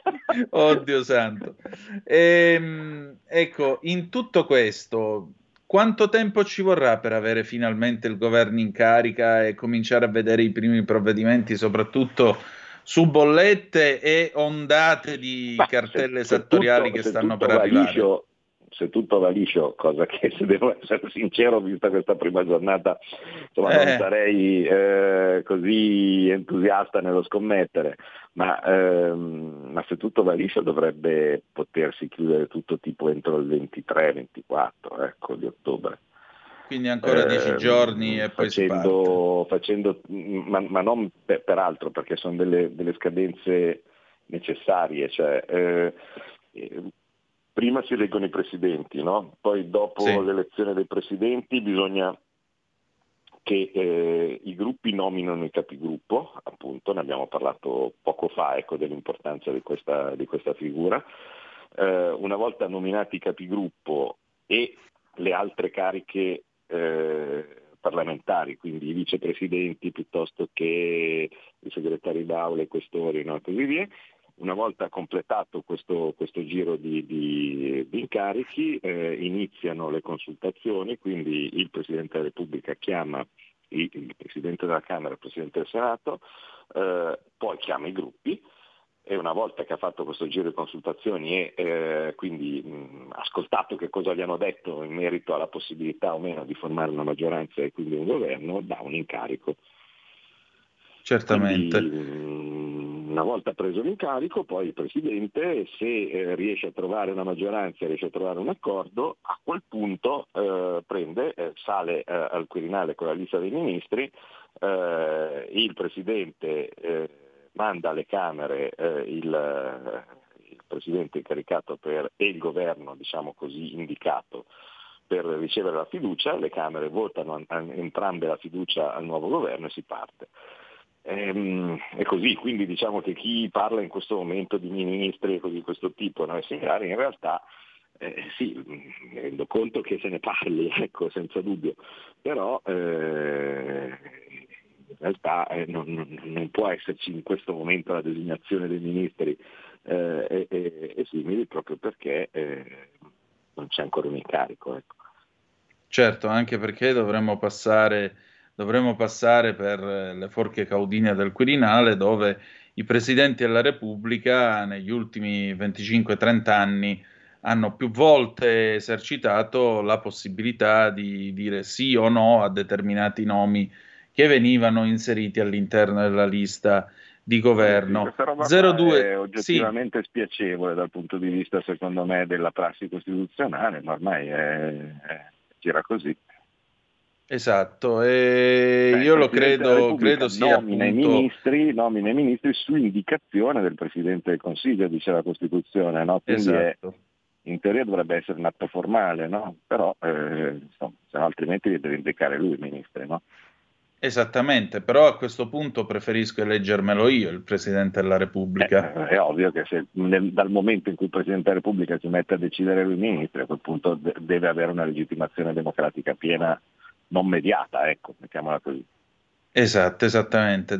Oddio santo. Ecco, in tutto questo, quanto tempo ci vorrà per avere finalmente il governo in carica e cominciare a vedere i primi provvedimenti, soprattutto su bollette e ondate di cartelle esattoriali che stanno per arrivare? Se tutto va liscio, cosa che, se devo essere sincero, vista questa prima giornata, insomma, non sarei così entusiasta nello scommettere, ma se tutto va liscio dovrebbe potersi chiudere tutto tipo entro il 23-24, ecco, di ottobre. Quindi ancora 10 giorni e poi si parte. Ma non per altro, perché sono delle scadenze necessarie, cioè prima si eleggono i presidenti, no? Poi dopo l'elezione dei presidenti bisogna che i gruppi nominano i capigruppo, appunto, ne abbiamo parlato poco fa, ecco, dell'importanza di questa figura. Una volta nominati i capigruppo e le altre cariche parlamentari, quindi i vicepresidenti piuttosto che i segretari d'aula, i questori, no? E così via. Una volta completato questo giro di incarichi, iniziano le consultazioni, quindi il Presidente della Repubblica chiama il Presidente della Camera, il Presidente del Senato, poi chiama i gruppi, e una volta che ha fatto questo giro di consultazioni e quindi ascoltato che cosa gli hanno detto in merito alla possibilità o meno di formare una maggioranza e quindi un governo, dà un incarico. Certamente. Quindi, una volta preso l'incarico, poi il Presidente, se riesce a trovare una maggioranza, riesce a trovare un accordo, a quel punto sale al Quirinale con la lista dei ministri, il Presidente manda alle Camere il Presidente incaricato e il governo, diciamo così, indicato per ricevere la fiducia, le Camere votano entrambe la fiducia al nuovo governo e si parte. E così, quindi diciamo che chi parla in questo momento di ministri di questo tipo, no, similari, in realtà sì, mi rendo conto che se ne parli, ecco, senza dubbio, però in realtà non può esserci in questo momento la designazione dei ministri e simili, proprio perché non c'è ancora un incarico, ecco. Certo, anche perché dovremmo passare per le forche caudine del Quirinale, dove i presidenti della Repubblica negli ultimi 25-30 anni hanno più volte esercitato la possibilità di dire sì o no a determinati nomi che venivano inseriti all'interno della lista di governo. Questa roba è oggettivamente spiacevole dal punto di vista, secondo me, della prassi costituzionale, ma ormai gira così. Esatto, e io lo credo sia nomina i ministri su indicazione del Presidente del Consiglio, dice la Costituzione, no? Quindi esatto. In teoria dovrebbe essere un atto formale, no? Però altrimenti li deve indicare lui i ministri, no? Esattamente, però a questo punto preferisco eleggermelo io, il Presidente della Repubblica. È ovvio che dal momento in cui il Presidente della Repubblica si mette a decidere lui i ministri, a quel punto deve avere una legittimazione democratica piena, non mediata, ecco, mettiamola così. Esatto, esattamente.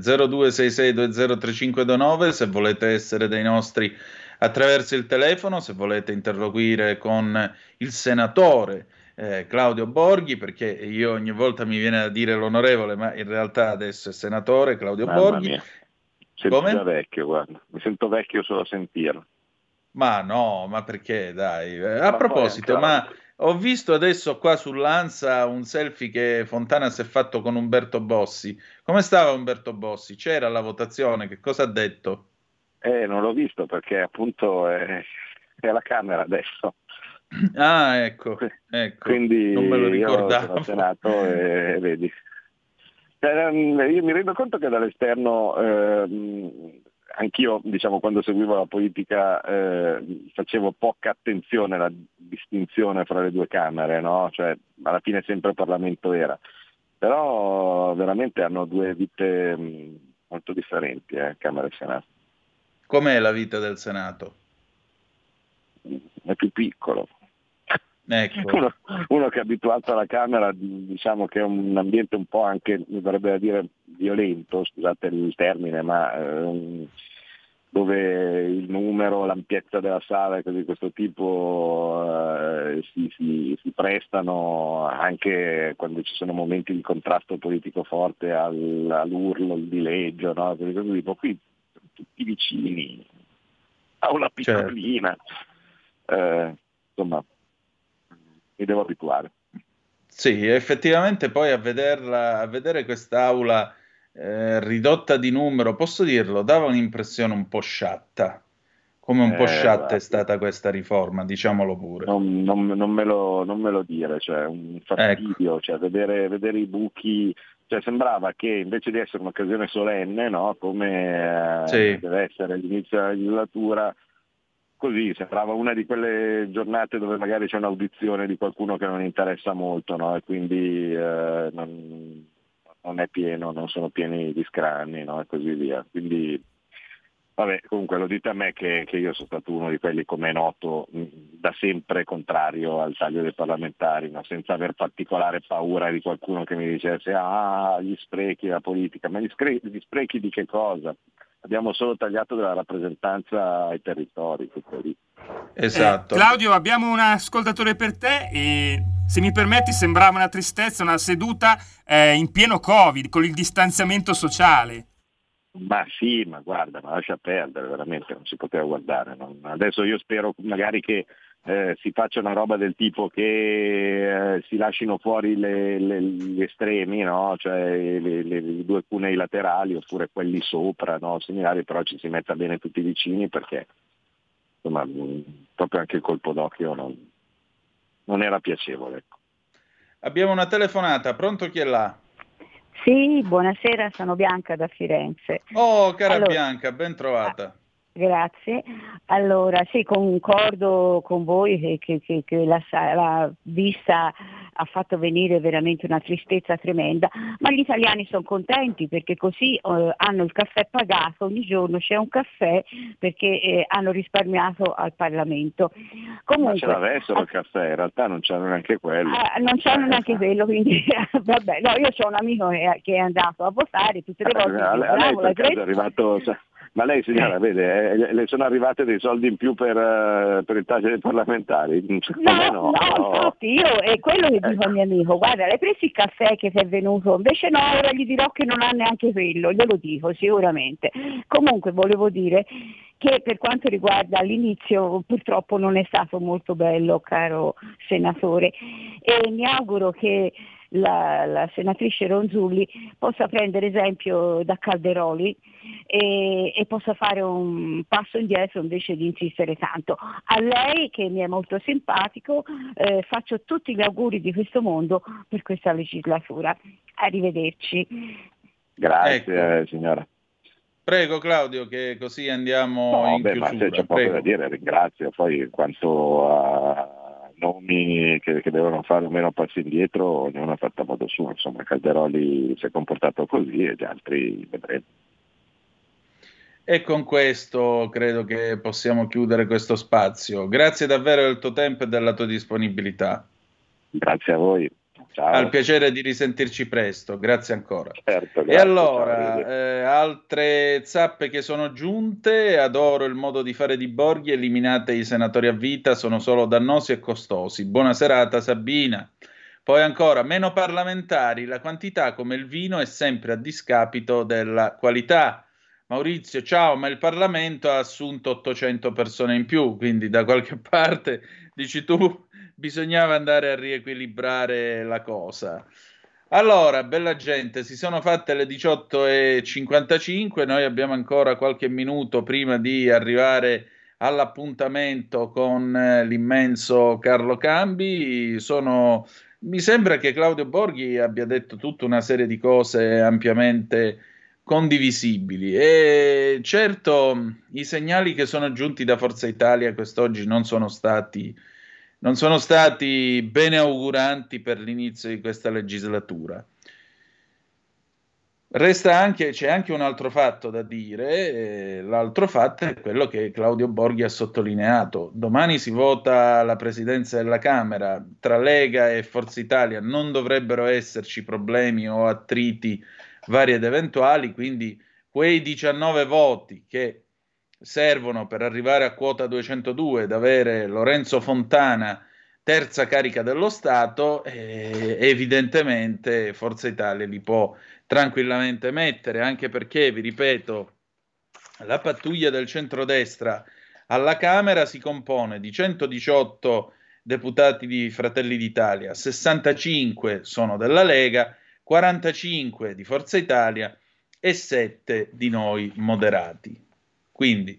0266203529 se volete essere dei nostri attraverso il telefono, se volete interloquire con il senatore Claudio Borghi, perché io ogni volta mi viene a dire l'onorevole, ma in realtà adesso è senatore Claudio Borghi. Mia. Sento già vecchio, guarda, mi sento vecchio solo a sentirlo. Ma no, ma perché, dai. A proposito, ma ho visto adesso qua sull'Ansa un selfie che Fontana si è fatto con Umberto Bossi. Come stava Umberto Bossi? C'era la votazione? Che cosa ha detto? Non l'ho visto perché appunto è alla Camera adesso. Ah, ecco. Quindi non me lo ricordavo. Io sono al Senato e vedi. Io mi rendo conto che dall'esterno anch'io, diciamo, quando seguivo la politica facevo poca attenzione alla distinzione fra le due Camere, no? Cioè alla fine sempre il Parlamento era. Però veramente hanno due vite molto differenti, Camera e Senato. Com'è la vita del Senato? È più piccolo. Ecco. Uno che è abituato alla Camera, diciamo che è un ambiente un po' anche, mi verrebbe da dire, violento, scusate il termine, ma dove il numero, l'ampiezza della sala e cose di questo tipo si prestano anche quando ci sono momenti di contrasto politico forte all'urlo, al dileggio, no? Cose di questo tipo. Qui sono tutti vicini, aula piccolina, insomma mi devo abituare. Sì, effettivamente poi a vedere quest'aula ridotta di numero, posso dirlo, dava un'impressione un po' sciatta, come un po' sciatta è stata questa riforma, diciamolo pure. Non me lo dire, cioè un fastidio, cioè vedere i buchi, cioè sembrava che invece di essere un'occasione solenne, no, come deve essere l'inizio della legislatura, così sembrava una di quelle giornate dove magari c'è un'audizione di qualcuno che non interessa molto, no? E quindi non è pieno, non sono pieni di scranni, no? E così via. Quindi, vabbè, comunque lo dite a me che io sono stato uno di quelli, come è noto, da sempre contrario al taglio dei parlamentari, no? Senza aver particolare paura di qualcuno che mi dicesse gli sprechi, la politica, ma gli sprechi di che cosa? Abbiamo solo tagliato della rappresentanza ai territori, tutto lì. Esatto. Claudio, abbiamo un ascoltatore per te e se mi permetti sembrava una tristezza, una seduta in pieno Covid, con il distanziamento sociale. Ma sì, ma guarda, ma lascia perdere, veramente non si poteva guardare. Adesso io spero magari che si faccia una roba del tipo che si lasciano fuori gli estremi, no? Cioè i due cunei laterali oppure quelli sopra, no? Similari, però ci si metta bene tutti vicini, perché insomma proprio anche il colpo d'occhio non era piacevole. Ecco. Abbiamo una telefonata, pronto, chi è là? Sì, buonasera, sono Bianca da Firenze. Oh, cara Bianca, ben trovata. Grazie. Allora, sì, concordo con voi che la vista ha fatto venire veramente una tristezza tremenda, ma gli italiani sono contenti perché così hanno il caffè pagato, ogni giorno c'è un caffè perché hanno risparmiato al Parlamento. Comunque, ma ce l'avessero il caffè, in realtà non c'hanno neanche quello. Non c'hanno neanche quello, quindi vabbè, no, io ho un amico che è andato a votare tutte le volte. A lei per caso è arrivato... Ma lei, signora, vede, le sono arrivate dei soldi in più per il taglio dei parlamentari? No, infatti io è quello che dico al mio amico, guarda, l'hai preso il caffè che ti è venuto, invece no, ora gli dirò che non ha neanche quello, glielo dico sicuramente. Comunque volevo dire che per quanto riguarda l'inizio purtroppo non è stato molto bello, caro senatore, e mi auguro che la senatrice Ronzulli possa prendere esempio da Calderoli e possa fare un passo indietro invece di insistere tanto. A lei, che mi è molto simpatico, faccio tutti gli auguri di questo mondo per questa legislatura. Arrivederci. Grazie, signora. Prego Claudio, che così andiamo in chiusura. Ma se c'è poco da dire, ringrazio. Poi quanto a nomi che devono fare un meno passi indietro, ognuno ha fatto a modo suo, insomma Calderoli si è comportato così e gli altri vedremo. E con questo credo che possiamo chiudere questo spazio. Grazie davvero del tuo tempo e della tua disponibilità. Grazie a voi. Ciao. Al piacere di risentirci presto, grazie ancora. Certo, grazie, e allora, altre zappe che sono giunte: adoro il modo di fare di Borghi, eliminate i senatori a vita, sono solo dannosi e costosi. Buona serata Sabina. Poi ancora, meno parlamentari, la quantità come il vino è sempre a discapito della qualità. Maurizio, ciao, ma il Parlamento ha assunto 800 persone in più, quindi da qualche parte, dici tu, bisognava andare a riequilibrare la cosa. Allora, bella gente, si sono fatte le 18:55, noi abbiamo ancora qualche minuto prima di arrivare all'appuntamento con l'immenso Carlo Cambi. Mi sembra che Claudio Borghi abbia detto tutta una serie di cose ampiamente condivisibili e certo i segnali che sono giunti da Forza Italia quest'oggi non sono stati bene auguranti per l'inizio di questa legislatura. C'è anche un altro fatto da dire, l'altro fatto è quello che Claudio Borghi ha sottolineato. Domani si vota la presidenza della Camera, tra Lega e Forza Italia non dovrebbero esserci problemi o attriti vari ed eventuali, quindi quei 19 voti che servono per arrivare a quota 202 ed avere Lorenzo Fontana terza carica dello Stato, evidentemente Forza Italia li può tranquillamente mettere, anche perché, vi ripeto, la pattuglia del centrodestra alla Camera si compone di 118 deputati di Fratelli d'Italia, 65 sono della Lega, 45 di Forza Italia e 7 di noi moderati. Quindi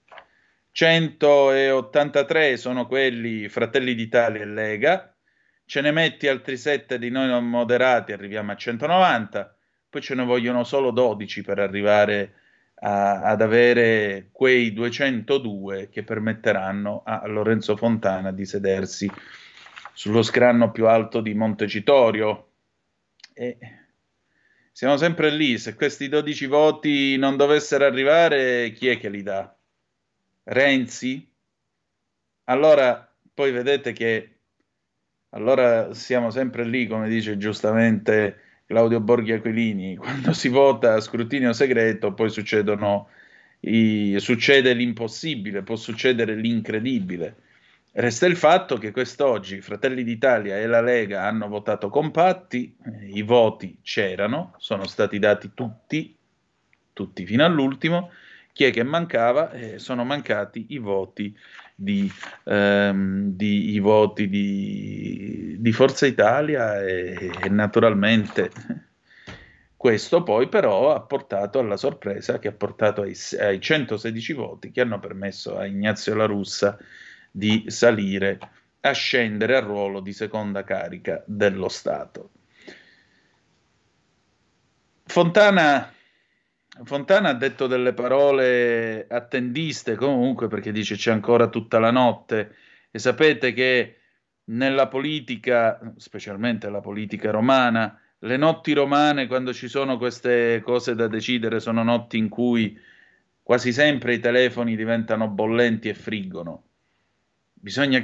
183 sono quelli Fratelli d'Italia e Lega, ce ne metti altri 7 di noi non moderati, arriviamo a 190, poi ce ne vogliono solo 12 per arrivare ad avere quei 202 che permetteranno a Lorenzo Fontana di sedersi sullo scranno più alto di Montecitorio. E siamo sempre lì, se questi 12 voti non dovessero arrivare, chi è che li dà? Renzi? Allora poi vedete che allora siamo sempre lì, come dice giustamente Claudio Borghi Aquilini, quando si vota a scrutinio segreto poi succede l'impossibile, può succedere l'incredibile. Resta il fatto che quest'oggi Fratelli d'Italia e la Lega hanno votato compatti, i voti c'erano, sono stati dati tutti fino all'ultimo. Chi è che mancava? Sono mancati i voti di Forza Italia e naturalmente questo poi però ha portato alla sorpresa che ha portato ai 116 voti che hanno permesso a Ignazio La Russa di salire, a scendere al ruolo di seconda carica dello Stato. Fontana ha detto delle parole attendiste comunque, perché dice c'è ancora tutta la notte, e sapete che nella politica, specialmente la politica romana, le notti romane, quando ci sono queste cose da decidere, sono notti in cui quasi sempre i telefoni diventano bollenti e friggono. Bisognerà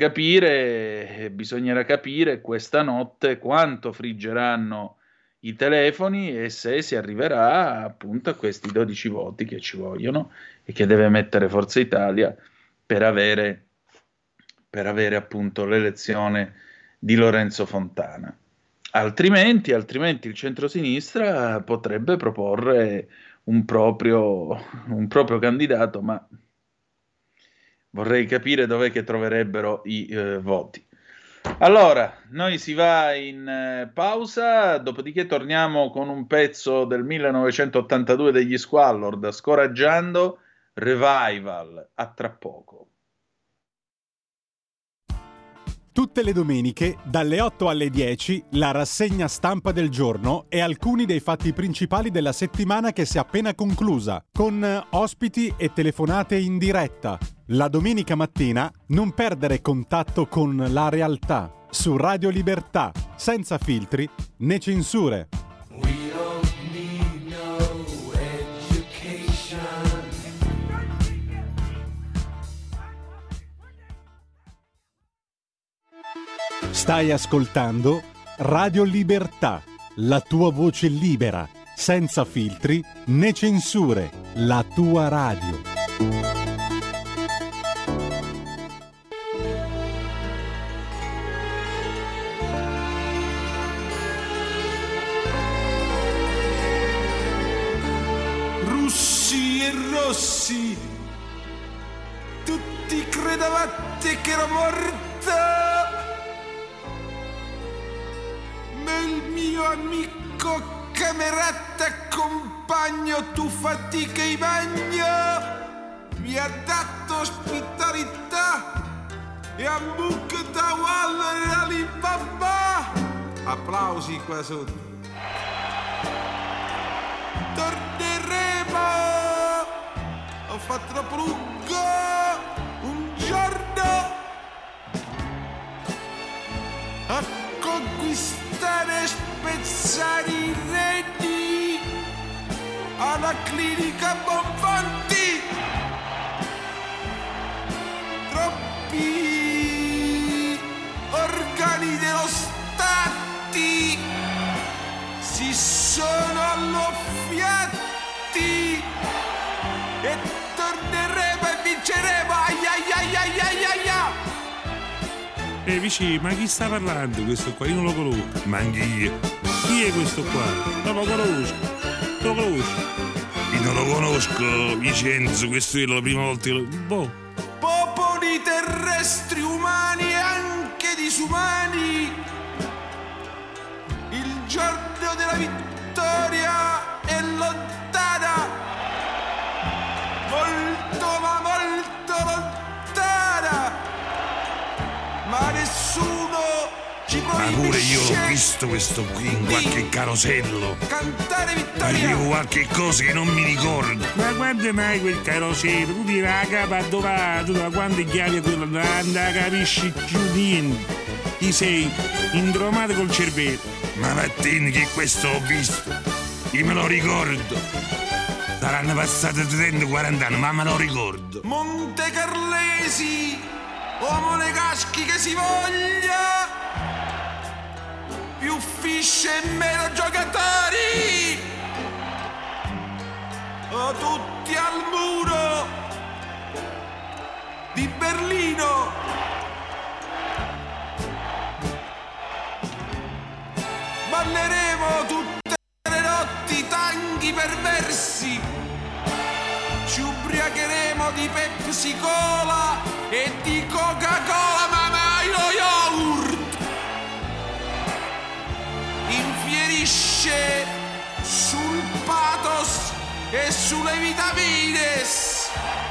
capire questa notte quanto friggeranno i telefoni e se si arriverà appunto a questi 12 voti che ci vogliono e che deve mettere Forza Italia per avere appunto l'elezione di Lorenzo Fontana. Altrimenti il centrosinistra potrebbe proporre un proprio candidato, ma vorrei capire dov'è che troverebbero i voti. Allora, noi si va in pausa, dopodiché torniamo con un pezzo del 1982 degli Squallord, Scoraggiando, Revival, a tra poco. Tutte le domeniche, dalle 8 alle 10, la rassegna stampa del giorno e alcuni dei fatti principali della settimana che si è appena conclusa, con ospiti e telefonate in diretta. La domenica mattina non perdere contatto con la realtà, su Radio Libertà, senza filtri né censure. Stai ascoltando Radio Libertà, la tua voce libera, senza filtri né censure, la tua radio. Russi e rossi, tutti credevate che ero morto. Ma il mio amico, camerata, compagno, tu fatica in bagno, mi ha dato ospitalità e a mucca da Waller all'Alibaba. Applausi qua sotto. Torneremo, ho fatto troppo lungo, un giorno a conquistare e spezzare i reni alla clinica Bonfanti. Troppi organi dello Stati si sono alloffiati e torneremo Vicino, ma chi sta parlando questo qua? Io non lo conosco. Ma anch'io. Chi è questo qua? Non lo conosco. Lo conosco. Io non lo conosco, Vincenzo, questo è la prima volta che lo... Boh. Popoli terrestri, umani e anche disumani, il giorno della vittoria è lontana, molto ma molto lontana, ma nessuno ci proibisce. Ma pure io l'ho visto questo qui in qualche carosello. Cantare vittoria. Avevo qualche cosa che non mi ricordo. Ma quando mai quel carosello? Tu tiri la capa dove? Tu da quante chiavi è quello? Non capisci più niente. Ti sei indromato col cervello. Ma vattene che questo ho visto. Io me lo ricordo. Saranno passati 30-40 anni, ma me lo ricordo. Monte Carlesi, o Monegaschi che si voglia, più fiche e meno giocatori, o tutti al muro di Berlino. Balleremo tutte le notti tanghi perversi, ci ubriacheremo di Pepsi Cola e di Coca-Cola, ma mai lo yogurt. Infierisce sul pathos e sulle vitamines.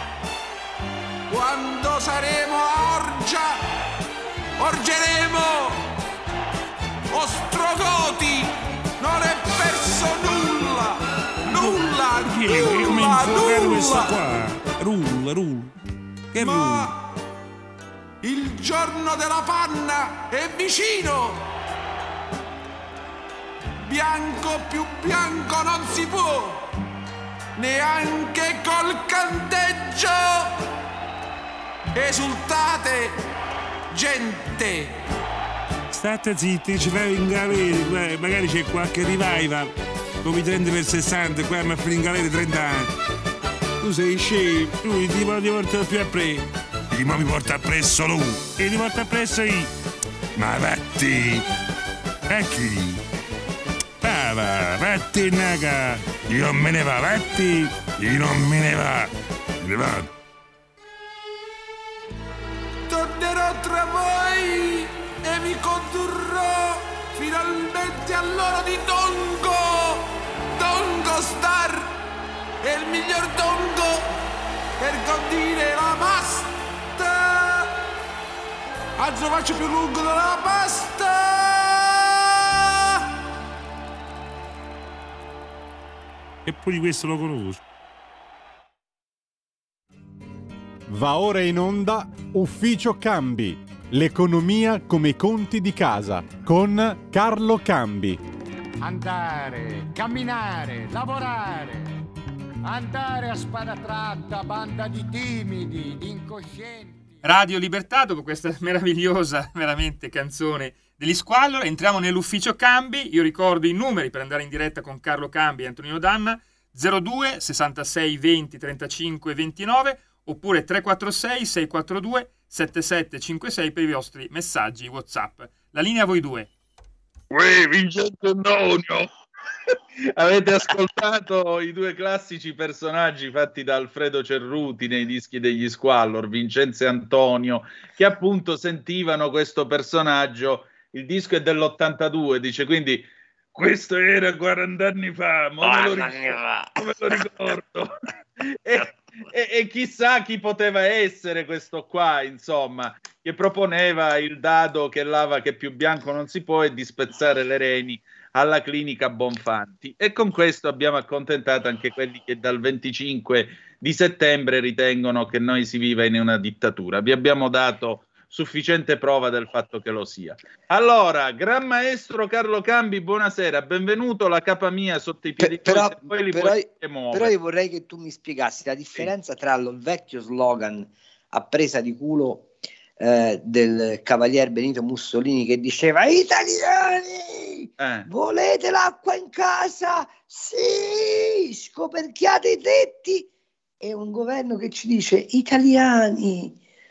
Quando saremo a Orgia, orgeremo. Ostrogoti, non è perso nulla, nulla, nulla, questo qua? Rulla. Che ma il giorno della panna è vicino. Bianco più bianco non si può, neanche col canteggio. Esultate, gente. State zitti, ci fai in galera, magari c'è qualche revival, come i 30 per 60, qua mi fai in galera 30 anni. Tu sei scemo, lui ti porta più appresso. Ma mi porta appresso lui, e ti porta appresso io. Ma vatti, a chi? Vatti naga, io non me ne va, vatti, io non me ne va, me ne va. Tornerò tra voi e vi condurrò finalmente all'oro di Dongo. Dongo Star è il miglior Dongo per condire la pasta. Anzi, lo faccio più lungo della pasta. E poi di questo lo conosco. Va ora in onda Ufficio Cambi, l'economia come i conti di casa, con Carlo Cambi. Andare, camminare, lavorare, andare a spada tratta, banda di timidi, di incoscienti. Radio Libertà, dopo questa meravigliosa veramente canzone degli Squallor, entriamo nell'Ufficio Cambi. Io ricordo i numeri per andare in diretta con Carlo Cambi e Antonino Danna: 02 66 20 35 29 oppure 346 642 7756 per i vostri messaggi WhatsApp. La linea a voi due. Uè, Vincenzo Antonio! Avete ascoltato i due classici personaggi fatti da Alfredo Cerruti nei dischi degli Squallor, Vincenzo e Antonio, che appunto sentivano questo personaggio. Il disco è dell'82, dice, quindi questo era 40 anni fa, me lo ricordo. E chissà chi poteva essere questo qua, insomma, che proponeva il dado che lava che più bianco non si può e di spezzare le reni alla clinica Bonfanti. E con questo abbiamo accontentato anche quelli che dal 25 di settembre ritengono che noi si viva in una dittatura. Vi abbiamo dato sufficiente prova del fatto che lo sia. Allora, Gran Maestro Carlo Cambi, buonasera, benvenuto. La capa mia sotto i piedi, però io vorrei che tu mi spiegassi la differenza tra il vecchio slogan a presa di culo del cavalier Benito Mussolini che diceva: italiani, volete l'acqua in casa? Sì, scoperchiate i tetti, e un governo che ci dice: italiani,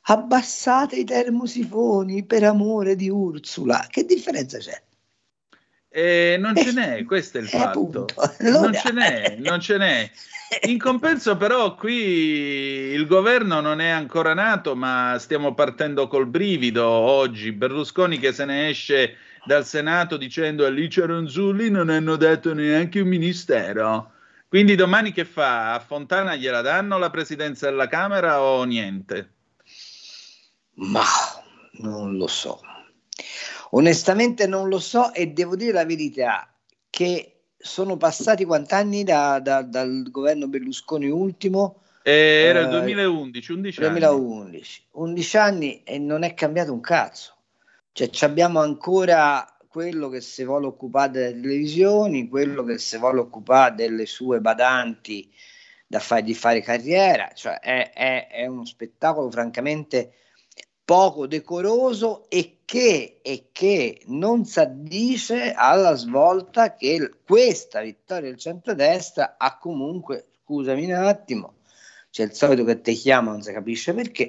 abbassate i termosifoni per amore di Ursula. Che differenza c'è? Non ce n'è, questo è il fatto. Allora... Non ce n'è. In compenso però qui il governo non è ancora nato, ma stiamo partendo col brivido oggi. Berlusconi che se ne esce dal Senato dicendo a Licia Ronzulli non hanno dato neanche un ministero. Quindi domani che fa? A Fontana gliela danno la presidenza della Camera o niente? Ma non lo so. Onestamente non lo so, e devo dire la verità che sono passati quant'anni dal governo Berlusconi ultimo? Era il 2011, 11 anni e non è cambiato un cazzo. Cioè abbiamo ancora quello che si vuole occupare delle televisioni, quello che si vuole occupare delle sue badanti di fare carriera, cioè è uno spettacolo francamente poco decoroso e che non si addice alla svolta che questa vittoria del centrodestra ha comunque, scusami un attimo, c'è il solito che te chiama, non si capisce perché,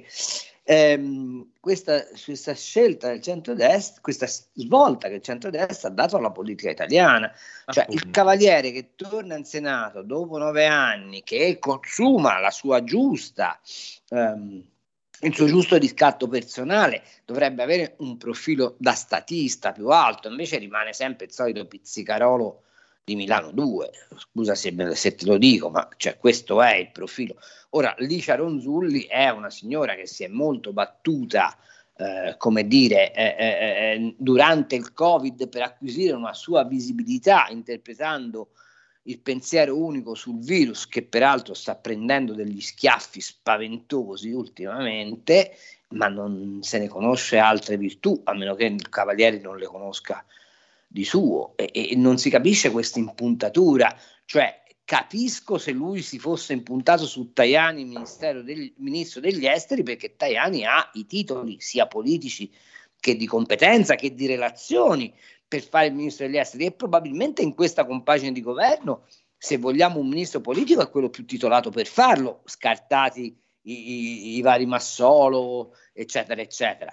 questa scelta del centrodestra, questa svolta che il centrodestra ha dato alla politica italiana, cioè il Cavaliere che torna in Senato dopo 9 anni, che consuma la sua giusta il suo giusto riscatto personale, dovrebbe avere un profilo da statista più alto, invece rimane sempre il solito pizzicarolo di Milano 2, scusa se te lo dico, ma cioè, questo è il profilo. Ora, Licia Ronzulli è una signora che si è molto battuta, durante il Covid per acquisire una sua visibilità, interpretando il pensiero unico sul virus, che peraltro sta prendendo degli schiaffi spaventosi ultimamente, ma non se ne conosce altre virtù, a meno che il Cavaliere non le conosca di suo, e non si capisce questa impuntatura. Cioè, capisco se lui si fosse impuntato su Tajani, ministro degli esteri, perché Tajani ha i titoli sia politici che di competenza che di relazioni per fare il ministro degli esteri, e probabilmente in questa compagine di governo, se vogliamo un ministro politico, è quello più titolato per farlo, scartati i vari Massolo, eccetera, eccetera.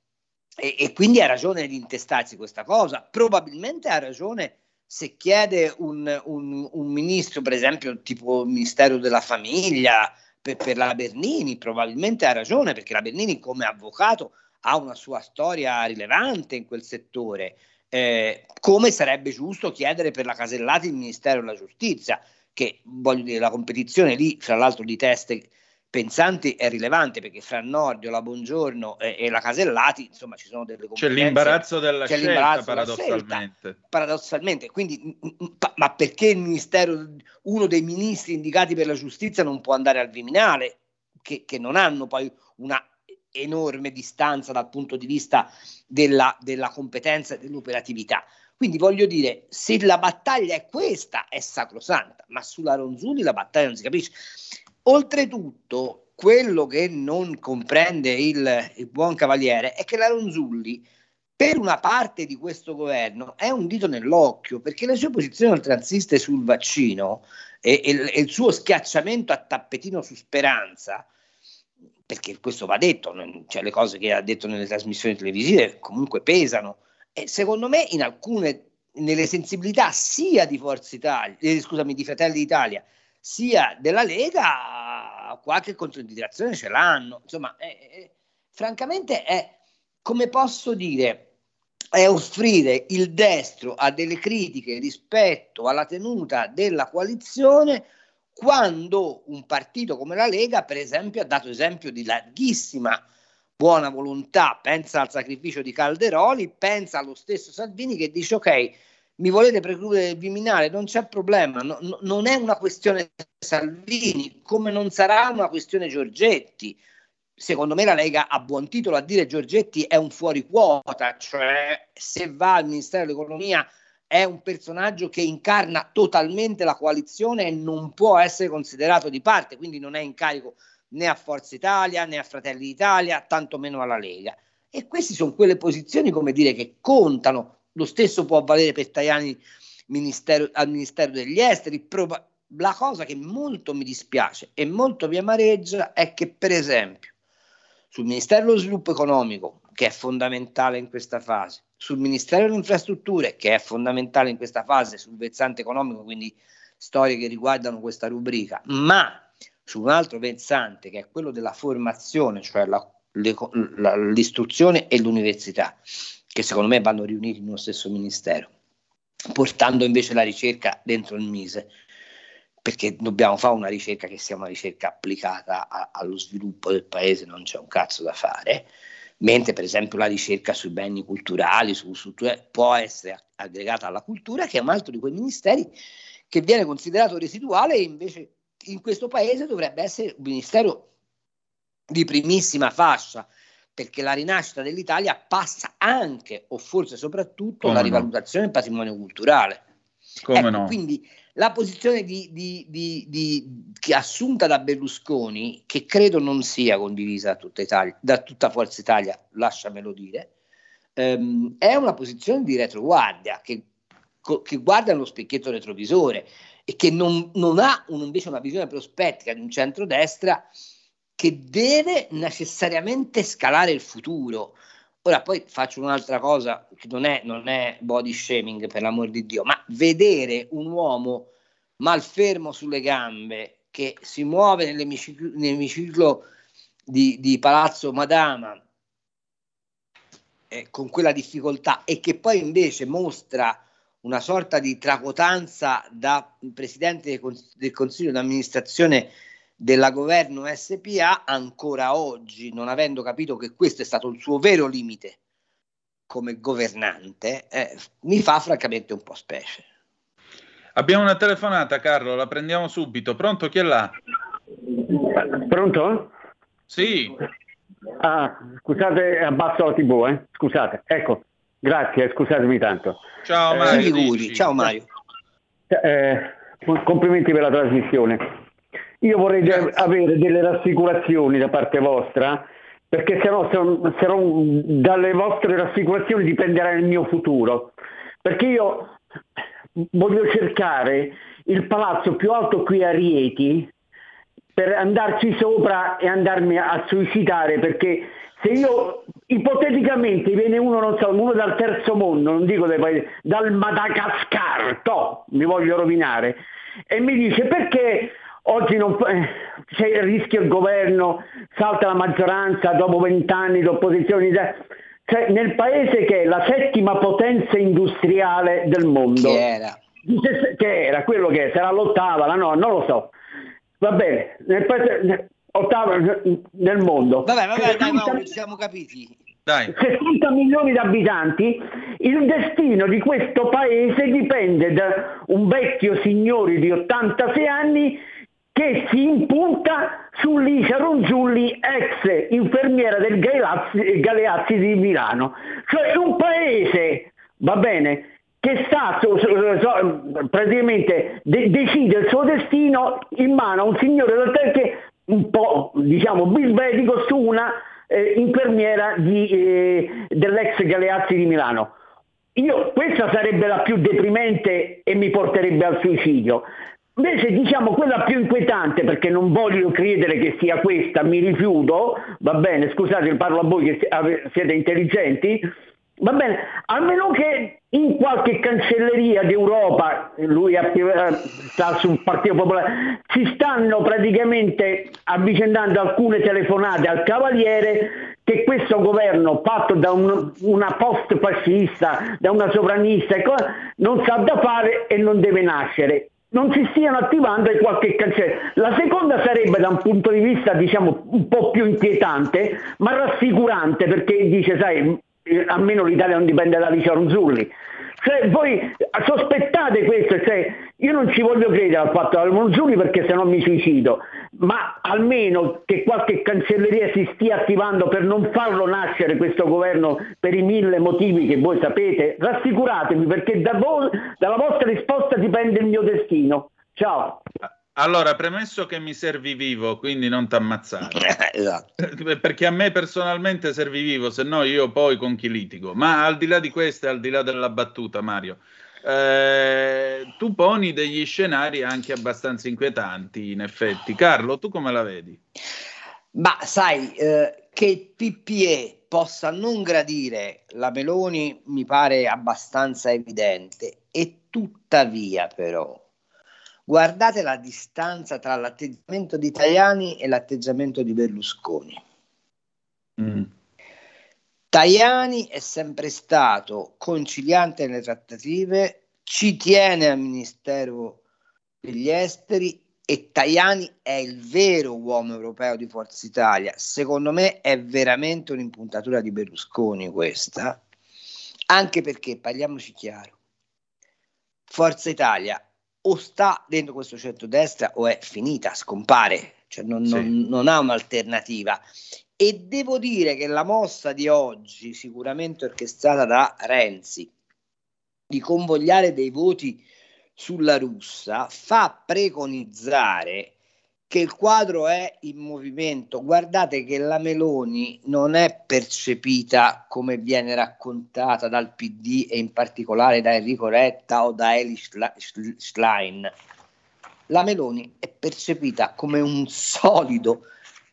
E quindi ha ragione di intestarsi questa cosa. Probabilmente ha ragione se chiede un ministro, per esempio, tipo il Ministero della Famiglia per la Bernini. Probabilmente ha ragione, perché la Bernini come avvocato ha una sua storia rilevante in quel settore. Come sarebbe giusto chiedere per la Casellati il Ministero della Giustizia, che, voglio dire, la competizione lì, fra l'altro, di teste pensanti è rilevante, perché fra Nordio, la Bongiorno e la Casellati, insomma, ci sono delle competenze. C'è l'imbarazzo della scelta, paradossalmente. Quindi, ma perché il Ministero, uno dei ministri indicati per la giustizia non può andare al Viminale, che non hanno poi una enorme distanza dal punto di vista della competenza e dell'operatività? Quindi voglio dire, se la battaglia è questa, è sacrosanta, ma sulla Ronzulli la battaglia non si capisce. Oltretutto, quello che non comprende il buon Cavaliere è che la Ronzulli, per una parte di questo governo, è un dito nell'occhio, perché le sue posizioni oltranziste sul vaccino e il suo schiacciamento a tappetino su Speranza, perché questo va detto, cioè le cose che ha detto nelle trasmissioni televisive comunque pesano, e secondo me nelle sensibilità sia di Forza Italia, di Fratelli d'Italia, sia della Lega, qualche controindicazione ce l'hanno. Insomma, francamente è, come posso dire, è offrire il destro a delle critiche rispetto alla tenuta della coalizione, quando un partito come la Lega, per esempio, ha dato esempio di larghissima buona volontà, pensa al sacrificio di Calderoli, pensa allo stesso Salvini che dice: ok, mi volete precludere il Viminale, non c'è problema, non è una questione Salvini, come non sarà una questione Giorgetti. Secondo me la Lega ha buon titolo a dire Giorgetti è un fuori quota, cioè se va al Ministero dell'Economia è un personaggio che incarna totalmente la coalizione e non può essere considerato di parte, quindi non è in carico né a Forza Italia né a Fratelli d'Italia, tantomeno alla Lega. E queste sono quelle posizioni, come dire, che contano. Lo stesso può valere per Tajani al Ministero degli Esteri. La cosa che molto mi dispiace e molto mi amareggia è che, per esempio, sul Ministero dello Sviluppo Economico, che è fondamentale in questa fase, sul Ministero delle Infrastrutture, che è fondamentale in questa fase sul versante economico, quindi storie che riguardano questa rubrica, ma su un altro versante che è quello della formazione, cioè l'istruzione e l'università, che secondo me vanno riuniti in uno stesso ministero, portando invece la ricerca dentro il Mise, perché dobbiamo fare una ricerca che sia una ricerca applicata allo sviluppo del paese, non c'è un cazzo da fare, mentre per esempio la ricerca sui beni culturali, può essere aggregata alla cultura, che è un altro di quei ministeri che viene considerato residuale e invece in questo paese dovrebbe essere un ministero di primissima fascia, perché la rinascita dell'Italia passa anche, o forse soprattutto, la rivalutazione del patrimonio culturale. Come no? Quindi la posizione che assunta da Berlusconi, che credo non sia condivisa da tutta Forza Italia, lasciamelo dire, è una posizione di retroguardia che guarda nello specchietto retrovisore e che non ha invece una visione prospettica di un centrodestra che deve necessariamente scalare il futuro. Ora poi faccio un'altra cosa che non è body shaming, per l'amor di Dio, ma vedere un uomo malfermo sulle gambe che si muove nell'emiciclo di Palazzo Madama con quella difficoltà e che poi invece mostra una sorta di tracotanza da presidente del Consiglio d'amministrazione della Governo SPA, ancora oggi, non avendo capito che questo è stato il suo vero limite come governante, mi fa francamente un po' specie. Abbiamo una telefonata, Carlo, la prendiamo subito. Pronto, chi è là? Pronto? Sì. Scusate, abbasso la TV, scusate. Ecco, grazie, scusatemi tanto. Ciao Mario. Ciao Mario. Complimenti per la trasmissione. Io vorrei avere delle rassicurazioni da parte vostra, perché sennò dalle vostre rassicurazioni dipenderà il mio futuro. Perché io voglio cercare il palazzo più alto qui a Rieti per andarci sopra e andarmi a suicidare, perché se io ipoteticamente viene uno dal terzo mondo, non dico dai paesi, dal Madagascar, mi voglio rovinare, e mi dice perché oggi rischia il governo, salta la maggioranza dopo 20 anni di opposizione, cioè nel paese che è la settima potenza industriale del mondo, che era quello che sarà l'ottava, la nona, non lo so, va bene, nel paese ottava nel mondo, vabbè, dai, ci siamo capiti. Dai. 60 milioni di abitanti, il destino di questo paese dipende da un vecchio signore di 86 anni che si impunta su Licia Ronzulli, ex infermiera del Galeazzi di Milano. Cioè un paese, va bene, che sta praticamente decide il suo destino in mano a un signore che un po', diciamo, bisbetico su una infermiera dell'ex Galeazzi di Milano. Questa sarebbe la più deprimente e mi porterebbe al suicidio. Invece diciamo quella più inquietante, perché non voglio credere che sia questa, mi rifiuto, va bene, scusate, parlo a voi che siete intelligenti, va bene, almeno che in qualche cancelleria d'Europa, lui sta sul Partito Popolare, si stanno praticamente avvicendando alcune telefonate al Cavaliere che questo governo fatto da una post-fascista, da una sovranista, non sa da fare e non deve nascere. Non si stiano attivando in qualche cancelleria. La seconda sarebbe da un punto di vista, diciamo, un po' più inquietante, ma rassicurante, perché dice, sai, almeno l'Italia non dipende da Licia Ronzulli. Cioè, voi sospettate questo, cioè, io non ci voglio credere al fatto della Ronzulli perché sennò mi suicido, ma almeno che qualche cancelleria si stia attivando per non farlo nascere questo governo per i 1000 motivi che voi sapete, rassicuratevi, perché dalla vostra risposta dipende il mio destino. Ciao. Allora, premesso che mi servi vivo, quindi non t'ammazzare. Esatto. Perché a me personalmente servi vivo, se no io poi con chi litigo. Ma al di là di questo, al di là della battuta, Mario, tu poni degli scenari anche abbastanza inquietanti, in effetti. Carlo, tu come la vedi? Ma sai, Che il PPE possa non gradire la Meloni mi pare abbastanza evidente, e tuttavia però guardate la distanza tra l'atteggiamento di Tajani e l'atteggiamento di Berlusconi. Tajani è sempre stato conciliante nelle trattative, ci tiene al Ministero degli Esteri, e Tajani è il vero uomo europeo di Forza Italia. Secondo me è veramente un'impuntatura di Berlusconi questa, anche perché, parliamoci chiaro, Forza Italia o sta dentro questo centrodestra o è finita, scompare, cioè non ha un'alternativa. E devo dire che la mossa di oggi, sicuramente orchestrata da Renzi, di convogliare dei voti sulla russa, fa preconizzare che il quadro è in movimento. Guardate che la Meloni non è percepita come viene raccontata dal PD e in particolare da Enrico Letta o da Eli Schlein. La Meloni è percepita come un solido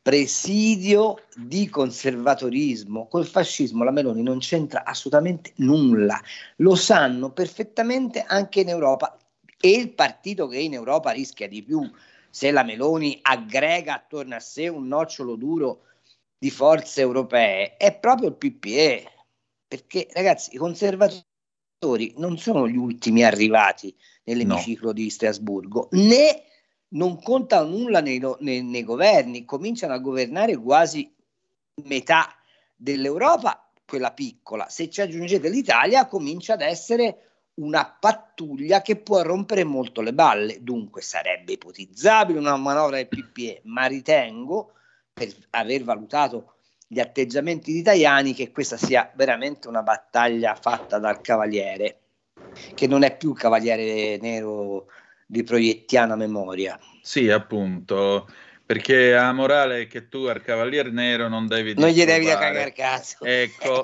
presidio di conservatorismo. Col fascismo la Meloni non c'entra assolutamente nulla, lo sanno perfettamente anche in Europa, e il partito che in Europa rischia di più se la Meloni aggrega attorno a sé un nocciolo duro di forze europee è proprio il PPE, perché ragazzi i conservatori non sono gli ultimi arrivati nell'emiciclo di Strasburgo, né non contano nulla nei governi, cominciano a governare quasi metà dell'Europa, quella piccola. Se ci aggiungete l'Italia comincia ad essere una pattuglia che può rompere molto le balle. Dunque sarebbe ipotizzabile una manovra del PPE, ma ritengo, per aver valutato gli atteggiamenti di Tajani, che questa sia veramente una battaglia fatta dal Cavaliere, che non è più il Cavaliere Nero di proiettiana memoria. Sì, appunto, perché la morale è che tu al Cavaliere Nero non devi non gli devi da cagare cazzo. Ecco.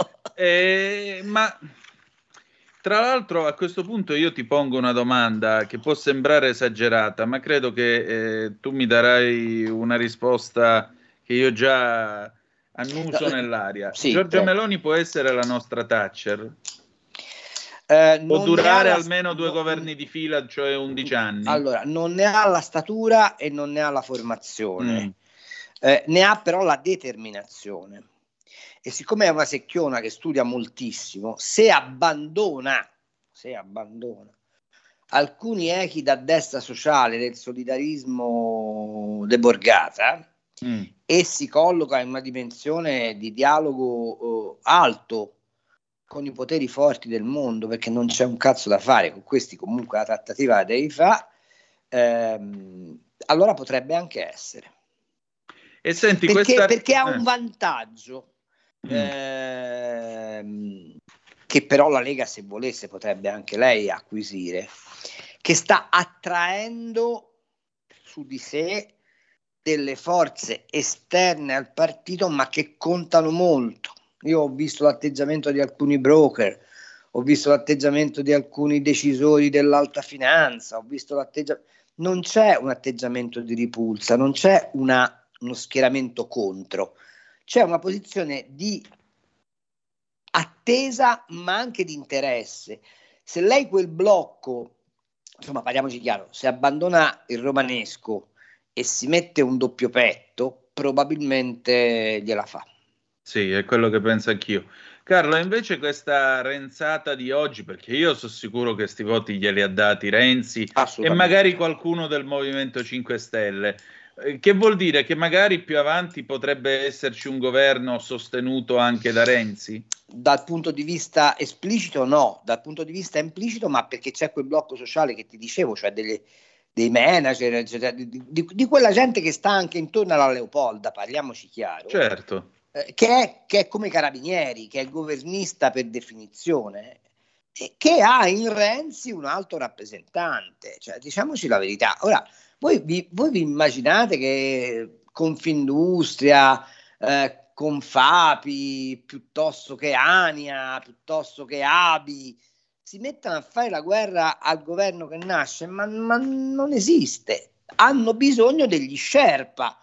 Ma tra l'altro a questo punto io ti pongo una domanda che può sembrare esagerata, ma credo che tu mi darai una risposta che io già annuncio nell'aria. Sì, Giorgia Meloni può essere la nostra Thatcher? Può Non durare ne ha almeno 2 governi di fila, cioè 11 anni? Allora, non ne ha la statura e non ne ha la formazione, ne ha però la determinazione. E siccome è una secchiona che studia moltissimo, se abbandona alcuni echi da destra sociale del solidarismo de Borgata e si colloca in una dimensione di dialogo alto con i poteri forti del mondo, perché non c'è un cazzo da fare con questi, comunque la trattativa la devi fare, allora potrebbe anche essere. E senti, perché ha un vantaggio che però la Lega, se volesse, potrebbe anche lei acquisire, che sta attraendo su di sé delle forze esterne al partito, ma che contano molto. Io ho visto l'atteggiamento di alcuni broker, ho visto l'atteggiamento di alcuni decisori dell'alta finanza, ho visto non c'è un atteggiamento di ripulsa, non c'è uno schieramento contro, c'è una posizione di attesa ma anche di interesse. Se lei quel blocco, insomma, parliamoci chiaro, se abbandona il romanesco e si mette un doppio petto, probabilmente gliela fa. Sì, è quello che penso anch'io. Carlo, invece questa Renzata di oggi, perché io sono sicuro che sti voti glieli ha dati Renzi e magari qualcuno del Movimento 5 Stelle, che vuol dire che magari più avanti potrebbe esserci un governo sostenuto anche da Renzi? Dal punto di vista esplicito no, dal punto di vista implicito, ma perché c'è quel blocco sociale che ti dicevo, cioè dei manager, eccetera, di quella gente che sta anche intorno alla Leopolda, parliamoci chiaro. Certo. Che è come i carabinieri, che è il governista per definizione, e che ha in Renzi un alto rappresentante, cioè diciamoci la verità. Ora, voi vi immaginate che Confindustria, Confapi, piuttosto che Ania, piuttosto che ABI, si mettano a fare la guerra al governo che nasce? Ma non esiste. Hanno bisogno degli Sherpa,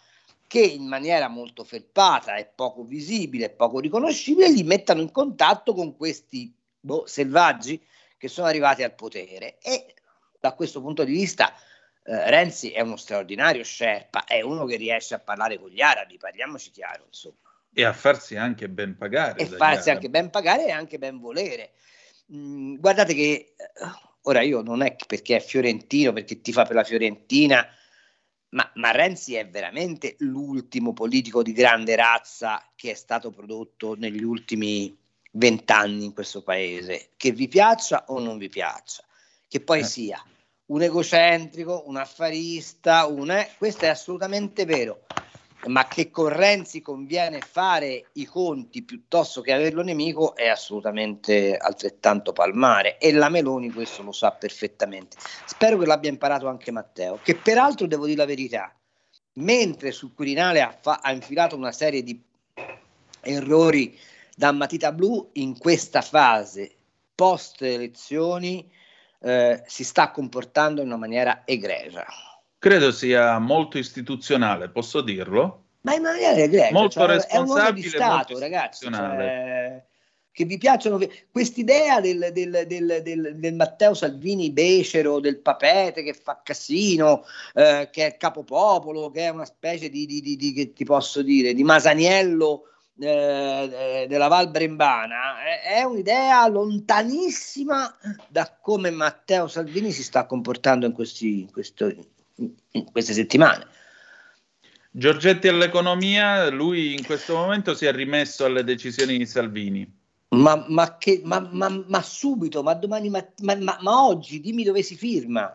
che in maniera molto felpata e poco visibile, poco riconoscibile, li mettano in contatto con questi selvaggi che sono arrivati al potere. E da questo punto di vista Renzi è uno straordinario sherpa, è uno che riesce a parlare con gli arabi, parliamoci chiaro, insomma. E a farsi anche ben pagare. E farsi anche ben pagare e anche ben volere. Guardate che ora io non è perché è fiorentino, perché tifa per la Fiorentina, ma Renzi è veramente l'ultimo politico di grande razza che è stato prodotto negli ultimi 20 anni in questo paese, che vi piaccia o non vi piaccia, che poi sia un egocentrico, un affarista, questo è assolutamente vero, ma che con Renzi conviene fare i conti piuttosto che averlo nemico è assolutamente altrettanto palmare, e la Meloni questo lo sa perfettamente. Spero che l'abbia imparato anche Matteo, che peraltro, devo dire la verità, mentre sul Quirinale ha infilato una serie di errori da matita blu, in questa fase post elezioni si sta comportando in una maniera egregia. Credo sia molto istituzionale, posso dirlo? Ma in maniera egregia, molto responsabile, è un uomo di Stato, ragazzi, che vi piacciono quest'idea del Matteo Salvini becero, del papete che fa casino, che è il capopopolo, che è una specie di che ti posso dire, di Masaniello della Val Brembana, è un'idea lontanissima da come Matteo Salvini si sta comportando in queste settimane. Giorgetti all'economia, lui in questo momento si è rimesso alle decisioni di Salvini. Ma subito, ma domani, ma oggi, dimmi dove si firma.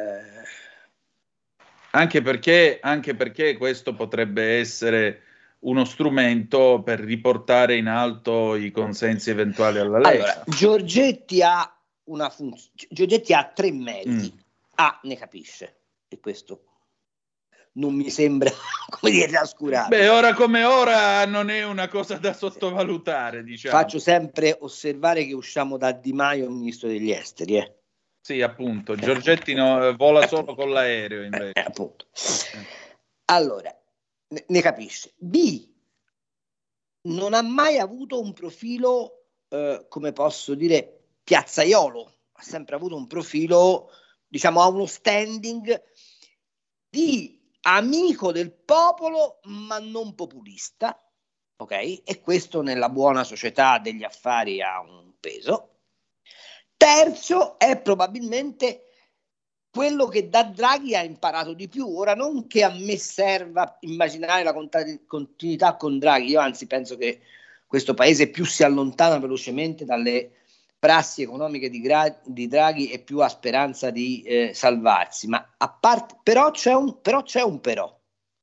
Anche perché questo potrebbe essere uno strumento per riportare in alto i consensi eventuali alla Lega. Allora, Giorgetti ha Giorgetti ha 3 meriti. Ne capisce, e questo non mi sembra, come dire, trascurato. Beh, ora come ora non è una cosa da sottovalutare, diciamo. Faccio sempre osservare che usciamo da Di Maio, ministro degli esteri. Sì, appunto. Giorgetti vola solo con l'aereo, invece. Appunto. Allora, ne capisce. B, non ha mai avuto un profilo, come posso dire, piazzaiolo. Ha sempre avuto un profilo, diciamo, ha uno standing di amico del popolo, ma non populista, ok? E questo nella buona società degli affari ha un peso. Terzo, è probabilmente quello che da Draghi ha imparato di più. Ora, non che a me serva immaginare la continuità con Draghi, io anzi penso che questo paese più si allontana velocemente dalle prassi economiche di Draghi e più ha speranza di salvarsi, ma a parte, però c'è un però,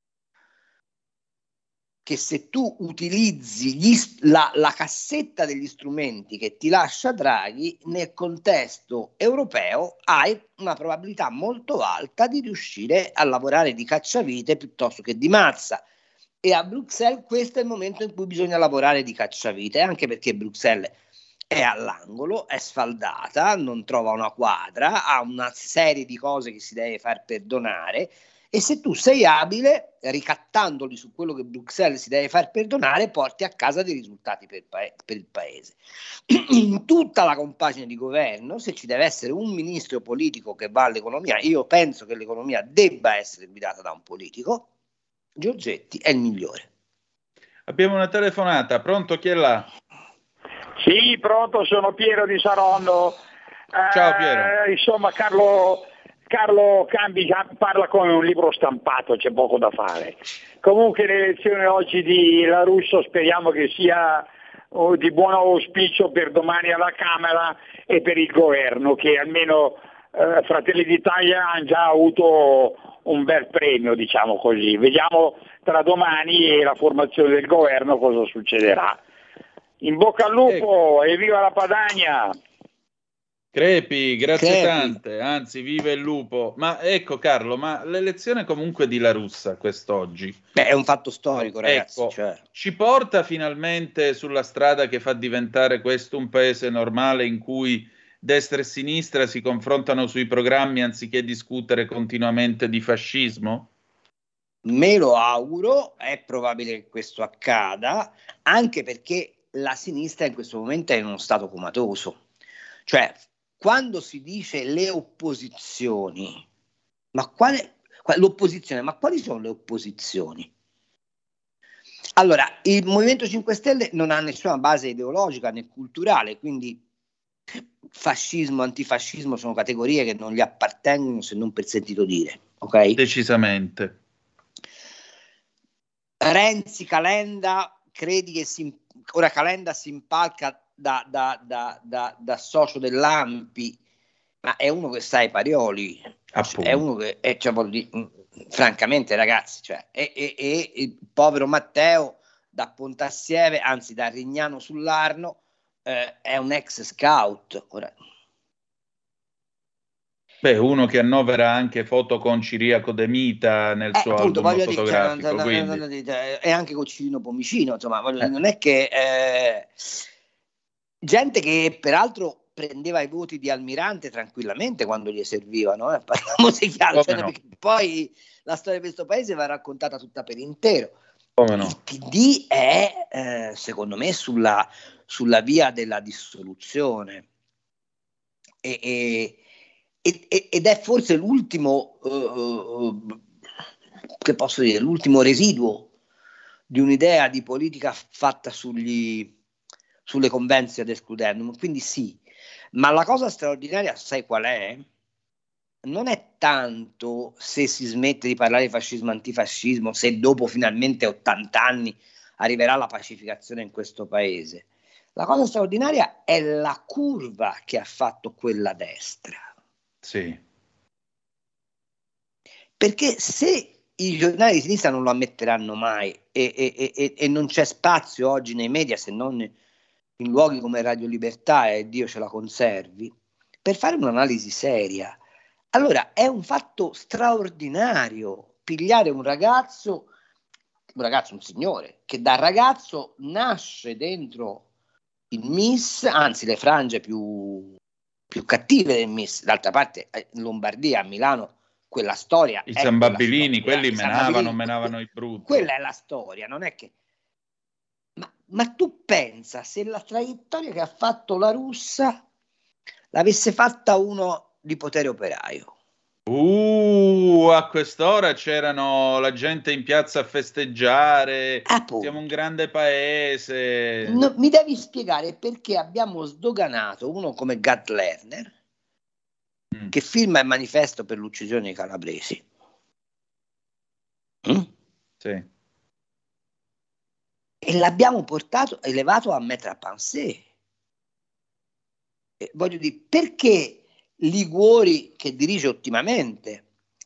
che se tu utilizzi la cassetta degli strumenti che ti lascia Draghi nel contesto europeo, hai una probabilità molto alta di riuscire a lavorare di cacciavite piuttosto che di mazza. E a Bruxelles questo è il momento in cui bisogna lavorare di cacciavite, anche perché Bruxelles è all'angolo, è sfaldata, non trova una quadra, ha una serie di cose che si deve far perdonare, e se tu sei abile, ricattandoli su quello che Bruxelles si deve far perdonare, porti a casa dei risultati per il paese. In tutta la compagine di governo, se ci deve essere un ministro politico che va all'economia, io penso che l'economia debba essere guidata da un politico, Giorgetti è il migliore. Abbiamo una telefonata, pronto, chi è là? Sì, pronto, sono Piero di Saronno. Ciao Piero. Insomma, Carlo Cambi parla come un libro stampato, c'è poco da fare. Comunque l'elezione oggi di La Russo speriamo che sia di buon auspicio per domani alla Camera e per il governo, che almeno Fratelli d'Italia hanno già avuto un bel premio, diciamo così. Vediamo tra domani e la formazione del governo cosa succederà. In bocca al lupo e viva la Padania! Crepi, grazie tante, anzi viva il lupo. Ma ecco Carlo, ma l'elezione comunque di La Russa quest'oggi? Beh, è un fatto storico, ragazzi. Ecco, ci porta finalmente sulla strada che fa diventare questo un paese normale in cui destra e sinistra si confrontano sui programmi anziché discutere continuamente di fascismo? Me lo auguro, è probabile che questo accada, anche perché la sinistra in questo momento è in uno stato comatoso. Cioè, quando si dice le opposizioni, l'opposizione, ma quali sono le opposizioni? Allora, il Movimento 5 Stelle non ha nessuna base ideologica né culturale, quindi fascismo, antifascismo sono categorie che non gli appartengono se non per sentito dire, ok? Decisamente. Renzi, Calenda, credi che ora Calenda si impalca da socio dell'ANPI, ma è uno che sa i parioli, è uno che francamente ragazzi, cioè, e il povero Matteo da Pontassieve, anzi da Rignano sull'Arno, è un ex scout. Ora, uno che annovera anche foto con Ciriaco De Mita nel suo album fotografico, e anche con Cirino Pomicino, insomma, non è che gente che peraltro prendeva i voti di Almirante tranquillamente quando gli servivano, parliamoci chiaro, perché poi la storia di questo paese va raccontata tutta per intero. Il PD è secondo me sulla via della dissoluzione ed è forse l'ultimo che posso dire, l'ultimo residuo di un'idea di politica fatta sulle convenzioni ad excludendum, quindi sì. Ma la cosa straordinaria, sai qual è? Non è tanto se si smette di parlare di fascismo antifascismo, se dopo finalmente 80 anni arriverà la pacificazione in questo paese. La cosa straordinaria è la curva che ha fatto quella destra. Sì. Perché se i giornali di sinistra non lo ammetteranno mai e non c'è spazio oggi nei media, se non in luoghi come Radio Libertà, e Dio ce la conservi, per fare un'analisi seria. Allora è un fatto straordinario pigliare un signore che da ragazzo nasce dentro il MIS, anzi le frange più cattive del MIS. D'altra parte in Lombardia, a Milano, quella storia i Zambabilini, quelli menavano i brutti. Quella è la storia, non è che ma tu pensa se la traiettoria che ha fatto la Russa l'avesse fatta uno di potere operaio? A quest'ora c'erano la gente in piazza a festeggiare, siamo un grande paese. No, mi devi spiegare perché abbiamo sdoganato uno come Gad Lerner, che firma il manifesto per l'uccisione dei calabresi. Sì. E l'abbiamo elevato a mettre à penser. Voglio dire, perché Liguori, che dirige ottimamente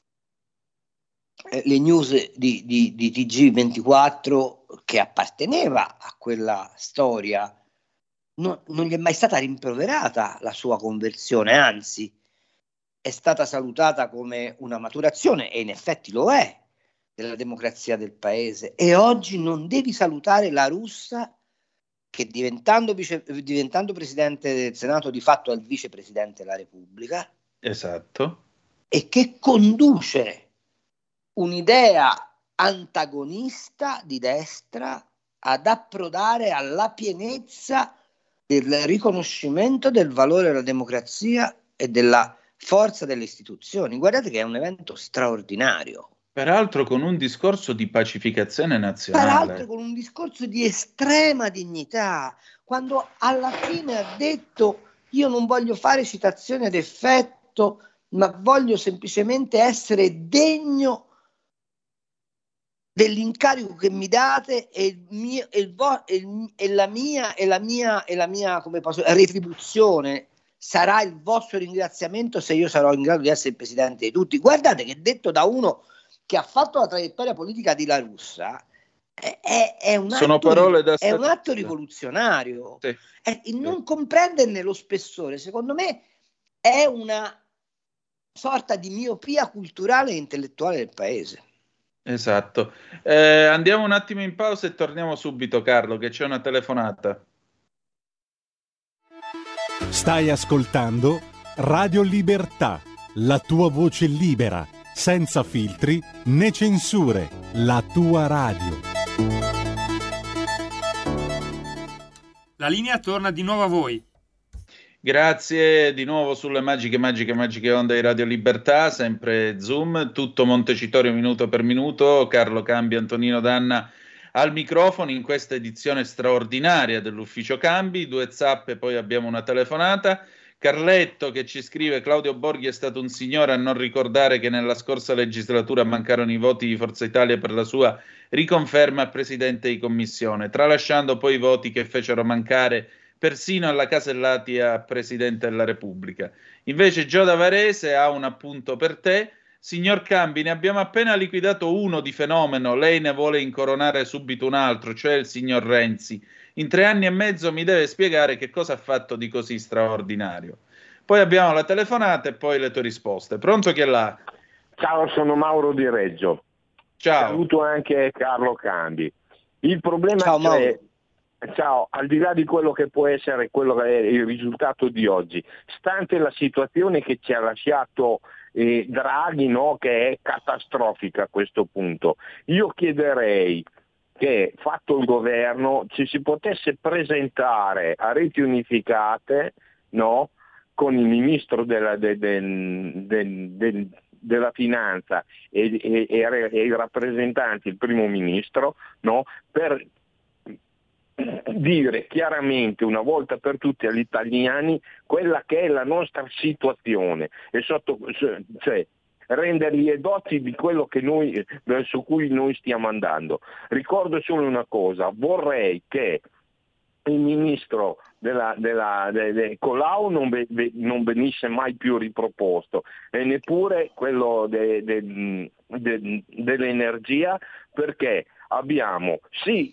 le news di TG24, che apparteneva a quella storia, non gli è mai stata rimproverata la sua conversione, anzi è stata salutata come una maturazione, e in effetti lo è, della democrazia del paese. E oggi non devi salutare la Russa, che diventando presidente del Senato di fatto è il vicepresidente della Repubblica. Esatto. E che conduce un'idea antagonista di destra ad approdare alla pienezza del riconoscimento del valore della democrazia e della forza delle istituzioni. Guardate che è un evento straordinario. Peraltro con un discorso di pacificazione nazionale. Peraltro con un discorso di estrema dignità, quando alla fine ha detto: io non voglio fare citazioni ad effetto, ma voglio semplicemente essere degno dell'incarico che mi date e la mia come posso, retribuzione sarà il vostro ringraziamento se io sarò in grado di essere il presidente di tutti. Guardate che detto da uno che ha fatto la traiettoria politica di La Russa è un atto rivoluzionario. Sì. Il non comprenderne lo spessore, secondo me, è una sorta di miopia culturale e intellettuale del paese. Esatto. Andiamo un attimo in pausa e torniamo subito, Carlo, che c'è una telefonata. Stai ascoltando Radio Libertà, la tua voce libera, senza filtri né censure, la tua radio. La linea torna di nuovo a voi. Grazie di nuovo sulle magiche onde di Radio Libertà, sempre Zoom, tutto Montecitorio minuto per minuto, Carlo Cambi, Antonino Danna al microfono in questa edizione straordinaria dell'Ufficio Cambi, 2 zappe, poi abbiamo una telefonata. Carletto che ci scrive: Claudio Borghi è stato un signore a non ricordare che nella scorsa legislatura mancarono i voti di Forza Italia per la sua riconferma a presidente di commissione, tralasciando poi i voti che fecero mancare persino alla Casellati a Presidente della Repubblica. Invece Gio da Varese ha un appunto per te. Signor Cambi, ne abbiamo appena liquidato uno di fenomeno, lei ne vuole incoronare subito un altro, cioè il signor Renzi. In 3 anni e mezzo mi deve spiegare che cosa ha fatto di così straordinario. Poi abbiamo la telefonata e poi le tue risposte. Pronto, chi è là? Ciao, sono Mauro di Reggio. Ciao. Saluto anche Carlo Cambi. Il problema è... Ciao, al di là di quello che può essere quello che è il risultato di oggi, stante la situazione che ci ha lasciato Draghi, no, che è catastrofica a questo punto, io chiederei che, fatto il governo, ci si potesse presentare a reti unificate, no, con il ministro della finanza e i rappresentanti, il primo ministro, no, per dire chiaramente una volta per tutte agli italiani quella che è la nostra situazione e cioè rendergli edotti di quello che noi, verso cui noi stiamo andando. Ricordo solo una cosa: vorrei che il ministro Colau non venisse mai più riproposto, e neppure quello dell'energia, perché abbiamo sì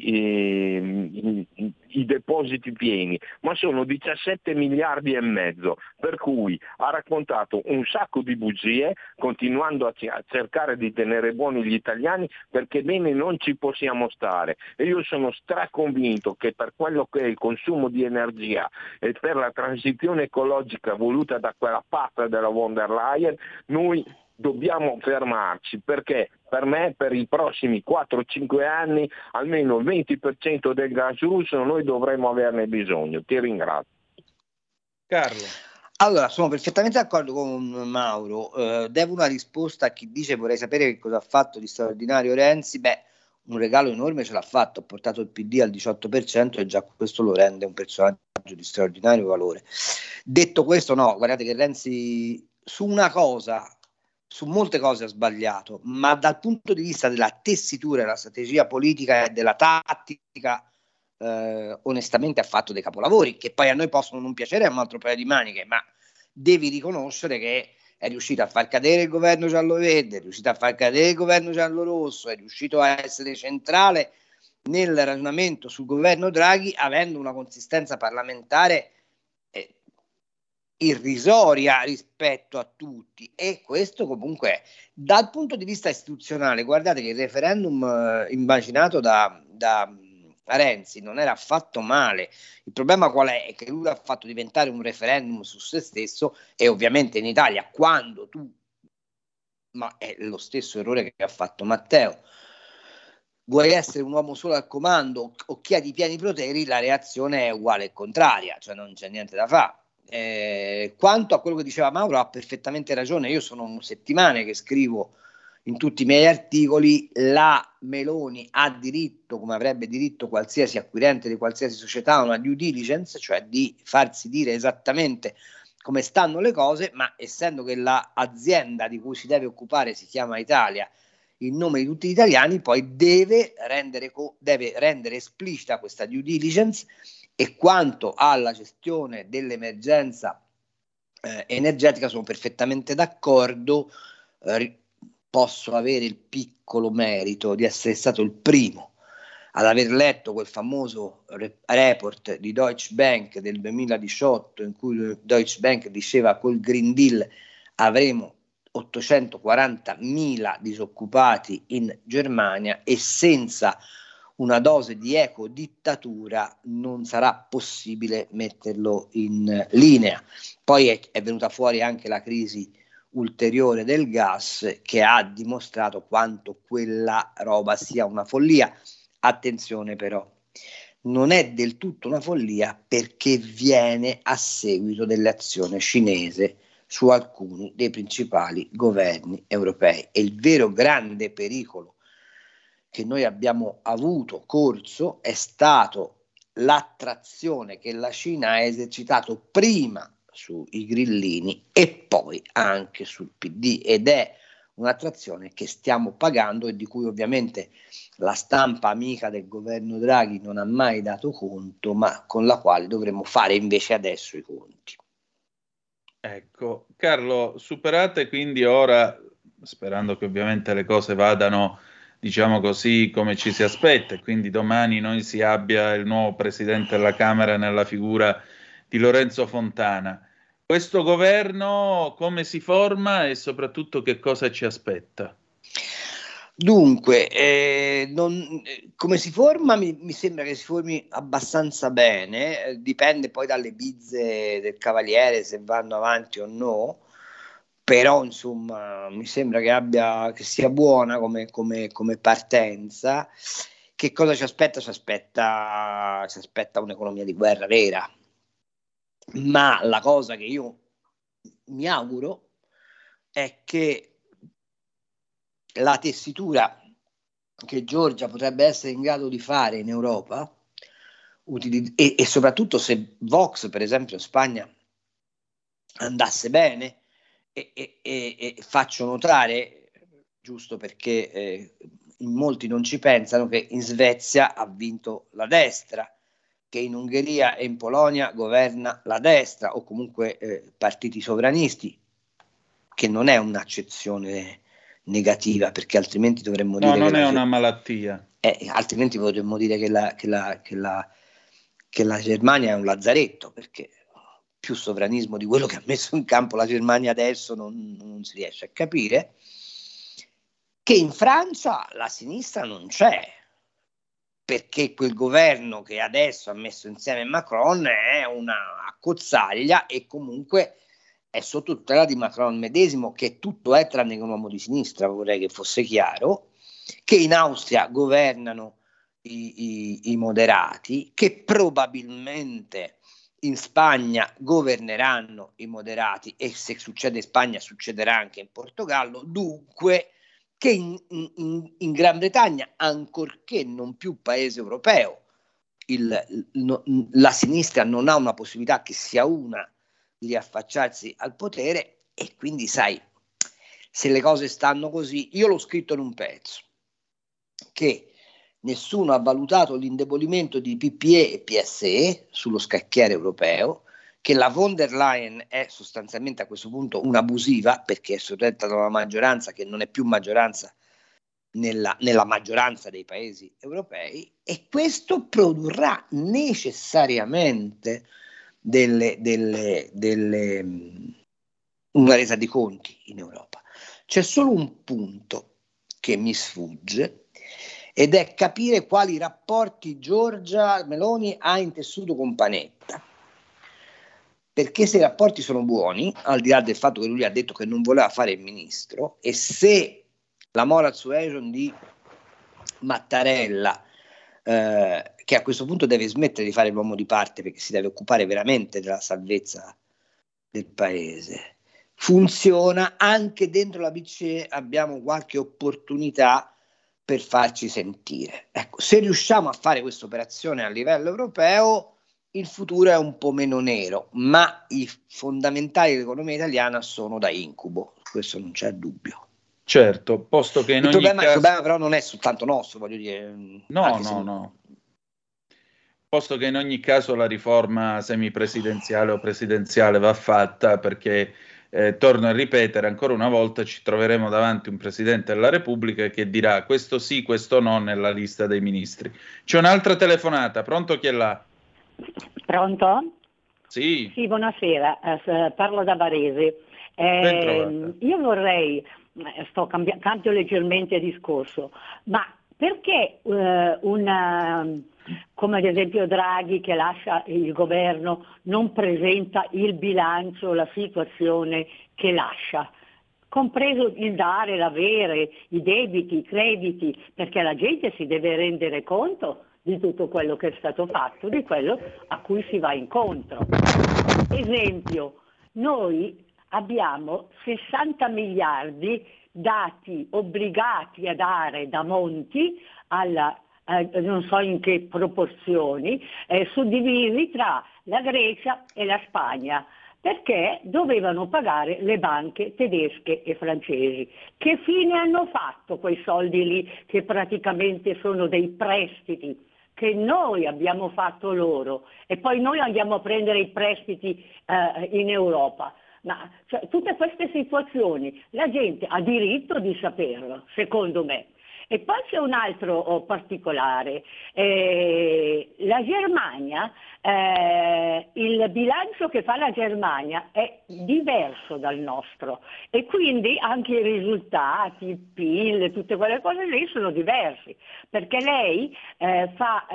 i depositi pieni, ma sono 17 miliardi e mezzo, per cui ha raccontato un sacco di bugie, continuando a cercare di tenere buoni gli italiani, perché bene non ci possiamo stare. E io sono straconvinto che per quello che è il consumo di energia e per la transizione ecologica voluta da quella pazza della von der Leyen, noi dobbiamo fermarci, perché per me per i prossimi 4-5 anni almeno il 20% del gas russo noi dovremo averne bisogno. Ti ringrazio. Carlo. Allora, sono perfettamente d'accordo con Mauro. Devo una risposta a chi dice vorrei sapere che cosa ha fatto di straordinario Renzi. Beh, un regalo enorme ce l'ha fatto, ha portato il PD al 18% e già questo lo rende un personaggio di straordinario valore. Detto questo, no, guardate che Renzi su molte cose ha sbagliato, ma dal punto di vista della tessitura, della strategia politica e della tattica, onestamente ha fatto dei capolavori, che poi a noi possono non piacere, è un altro paio di maniche, ma devi riconoscere che è riuscito a far cadere il governo giallo-verde, è riuscito a far cadere il governo giallo-rosso, è riuscito a essere centrale nel ragionamento sul governo Draghi, avendo una consistenza parlamentare irrisoria rispetto a tutti. E questo comunque dal punto di vista istituzionale, guardate che il referendum immaginato da Renzi non era affatto male. Il problema qual è? È che lui l'ha fatto diventare un referendum su se stesso, e ovviamente in Italia quando ma è lo stesso errore che ha fatto Matteo, vuoi essere un uomo solo al comando o chiedi pieni poteri, la reazione è uguale e contraria, cioè non c'è niente da fare. Quanto a quello che diceva Mauro, ha perfettamente ragione. Io sono settimane che scrivo in tutti i miei articoli: la Meloni ha diritto, come avrebbe diritto qualsiasi acquirente di qualsiasi società, a una due diligence, cioè di farsi dire esattamente come stanno le cose, ma essendo che l'azienda di cui si deve occupare si chiama Italia in nome di tutti gli italiani, poi deve rendere esplicita questa due diligence. E quanto alla gestione dell'emergenza energetica sono perfettamente d'accordo. Posso avere il piccolo merito di essere stato il primo ad aver letto quel famoso report di Deutsche Bank del 2018, in cui Deutsche Bank diceva col Green Deal avremo 840.000 disoccupati in Germania e senza una dose di ecodittatura non sarà possibile metterlo in linea. Poi è venuta fuori anche la crisi ulteriore del gas, che ha dimostrato quanto quella roba sia una follia. Attenzione però, non è del tutto una follia, perché viene a seguito dell'azione cinese su alcuni dei principali governi europei. E il vero grande pericolo che noi abbiamo corso, è stato l'attrazione che la Cina ha esercitato prima sui grillini e poi anche sul PD, ed è un'attrazione che stiamo pagando e di cui ovviamente la stampa amica del governo Draghi non ha mai dato conto, ma con la quale dovremmo fare invece adesso i conti. Ecco, Carlo, superate quindi ora, sperando che ovviamente le cose vadano, diciamo così, come ci si aspetta, e quindi domani noi si abbia il nuovo presidente della Camera nella figura di Lorenzo Fontana. Questo governo come si forma e soprattutto che cosa ci aspetta? Dunque, come si forma? Mi sembra che si formi abbastanza bene, dipende poi dalle bizze del Cavaliere se vanno avanti o no, però insomma mi sembra che sia buona come partenza. Che cosa ci aspetta? Ci aspetta un'economia di guerra vera. Ma la cosa che io mi auguro è che la tessitura che Giorgia potrebbe essere in grado di fare in Europa, e soprattutto se Vox, per esempio, in Spagna andasse bene, e faccio notare, giusto perché in molti non ci pensano, che in Svezia ha vinto la destra, che in Ungheria e in Polonia governa la destra, o comunque partiti sovranisti, che non è un'accezione negativa, perché altrimenti dovremmo dire non è una malattia. Altrimenti potremmo dire che la Germania è un lazzaretto, perché più sovranismo di quello che ha messo in campo la Germania adesso non si riesce a capire. Che in Francia la sinistra non c'è, perché quel governo che adesso ha messo insieme Macron è una accozzaglia, e comunque è sotto tutela di Macron medesimo, che tutto è tranne che un uomo di sinistra, vorrei che fosse chiaro, che in Austria governano i moderati, che probabilmente in Spagna governeranno i moderati, e se succede in Spagna succederà anche in Portogallo. Dunque che in Gran Bretagna, ancorché non più paese europeo, la sinistra non ha una possibilità che sia una di riaffacciarsi al potere, e quindi sai, se le cose stanno così, io l'ho scritto in un pezzo, che nessuno ha valutato l'indebolimento di PPE e PSE sullo scacchiere europeo, che la von der Leyen è sostanzialmente a questo punto un'abusiva, perché è sottetta da una maggioranza che non è più maggioranza nella maggioranza dei paesi europei, e questo produrrà necessariamente una resa di conti in Europa. C'è solo un punto che mi sfugge, ed è capire quali rapporti Giorgia Meloni ha intessuto con Panetta. Perché se i rapporti sono buoni, al di là del fatto che lui ha detto che non voleva fare il ministro, e se la moral suasion di Mattarella, che a questo punto deve smettere di fare l'uomo di parte perché si deve occupare veramente della salvezza del paese, funziona, anche dentro la BCE abbiamo qualche opportunità per farci sentire. Ecco, se riusciamo a fare questa operazione a livello europeo, il futuro è un po' meno nero, ma i fondamentali dell'economia italiana sono da incubo, questo non c'è dubbio. Certo, posto che in ogni caso... Il problema però non è soltanto nostro, voglio dire. No. Posto che in ogni caso la riforma semipresidenziale o presidenziale va fatta, perché, torno a ripetere ancora una volta, ci troveremo davanti un Presidente della Repubblica che dirà questo sì, questo no nella lista dei ministri. C'è un'altra telefonata, pronto, chi è là? Pronto? Sì. Sì, buonasera, parlo da Varese. Io vorrei, cambio leggermente discorso, ma perché come ad esempio Draghi, che lascia il governo, non presenta il bilancio, la situazione che lascia? compreso il dare, l'avere, i debiti, i crediti, perché la gente si deve rendere conto di tutto quello che è stato fatto, di quello a cui si va incontro. Esempio, noi abbiamo 60 miliardi dati, obbligati a dare da Monti alla non so in che proporzioni, suddivisi tra la Grecia e la Spagna, perché dovevano pagare le banche tedesche e francesi. Che fine hanno fatto quei soldi lì, che praticamente sono dei prestiti che noi abbiamo fatto loro, e poi noi andiamo a prendere i prestiti in Europa? Ma cioè, tutte queste situazioni la gente ha diritto di saperlo, secondo me. E poi c'è un altro particolare, la Germania, il bilancio che fa la Germania è diverso dal nostro e quindi anche i risultati, il PIL, tutte quelle cose lì sono diversi, perché lei fa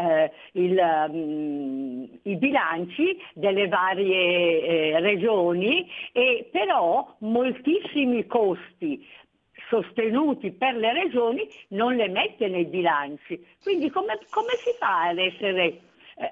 i bilanci delle varie regioni, e però moltissimi costi sostenuti per le regioni non le mette nei bilanci. Quindi come si fa ad essere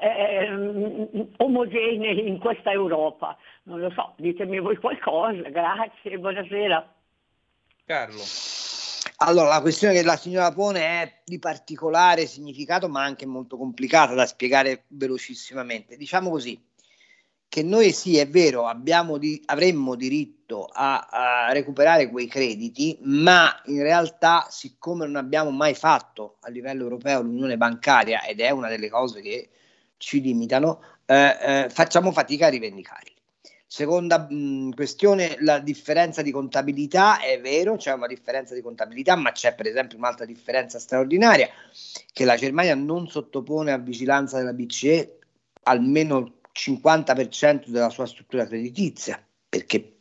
omogenei in questa Europa? Non lo so, ditemi voi qualcosa. Grazie, buonasera. Carlo. Allora, la questione che la signora pone è di particolare significato, ma anche molto complicata da spiegare velocissimamente. Diciamo così, che noi sì, è vero, avremmo diritto a recuperare quei crediti, ma in realtà, siccome non abbiamo mai fatto a livello europeo l'unione bancaria, ed è una delle cose che ci limitano, facciamo fatica a rivendicarli. Seconda questione, la differenza di contabilità. È vero, c'è una differenza di contabilità, ma c'è per esempio un'altra differenza straordinaria, che la Germania non sottopone a vigilanza della BCE almeno 50% della sua struttura creditizia, perché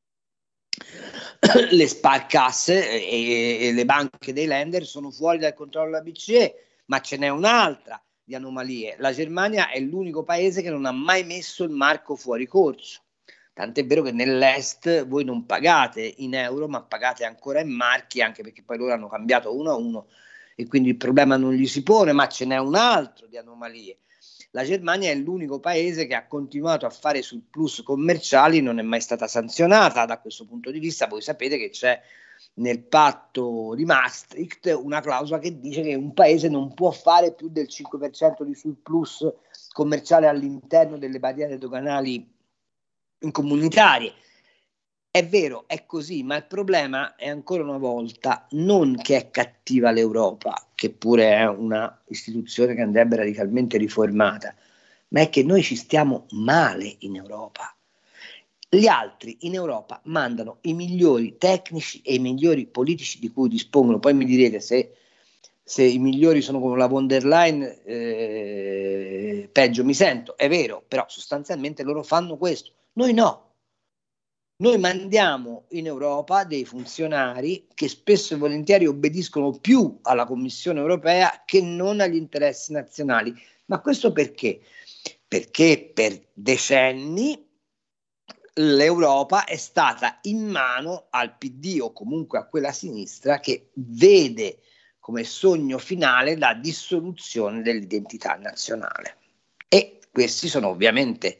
le sparcasse e le banche dei lender sono fuori dal controllo della BCE, ma ce n'è un'altra di anomalie. La Germania è l'unico paese che non ha mai messo il marco fuori corso, tant'è vero che nell'est voi non pagate in euro, ma pagate ancora in marchi, anche perché poi loro hanno cambiato 1-1 e quindi il problema non gli si pone, ma ce n'è un altro di anomalie. La Germania è l'unico paese che ha continuato a fare surplus commerciali, non è mai stata sanzionata. Da questo punto di vista voi sapete che c'è nel patto di Maastricht una clausola che dice che un paese non può fare più del 5% di surplus commerciale all'interno delle barriere doganali comunitarie. È vero, è così, ma il problema è ancora una volta non che è cattiva l'Europa, che pure è una istituzione che andrebbe radicalmente riformata, ma è che noi ci stiamo male in Europa. Gli altri in Europa mandano i migliori tecnici e i migliori politici di cui dispongono. Poi mi direte se i migliori sono come la von der Leyen, peggio mi sento. È vero, però sostanzialmente loro fanno questo. Noi no. Noi mandiamo in Europa dei funzionari che spesso e volentieri obbediscono più alla Commissione europea che non agli interessi nazionali. Ma questo perché? Perché per decenni l'Europa è stata in mano al PD o comunque a quella sinistra che vede come sogno finale la dissoluzione dell'identità nazionale. E questi sono ovviamente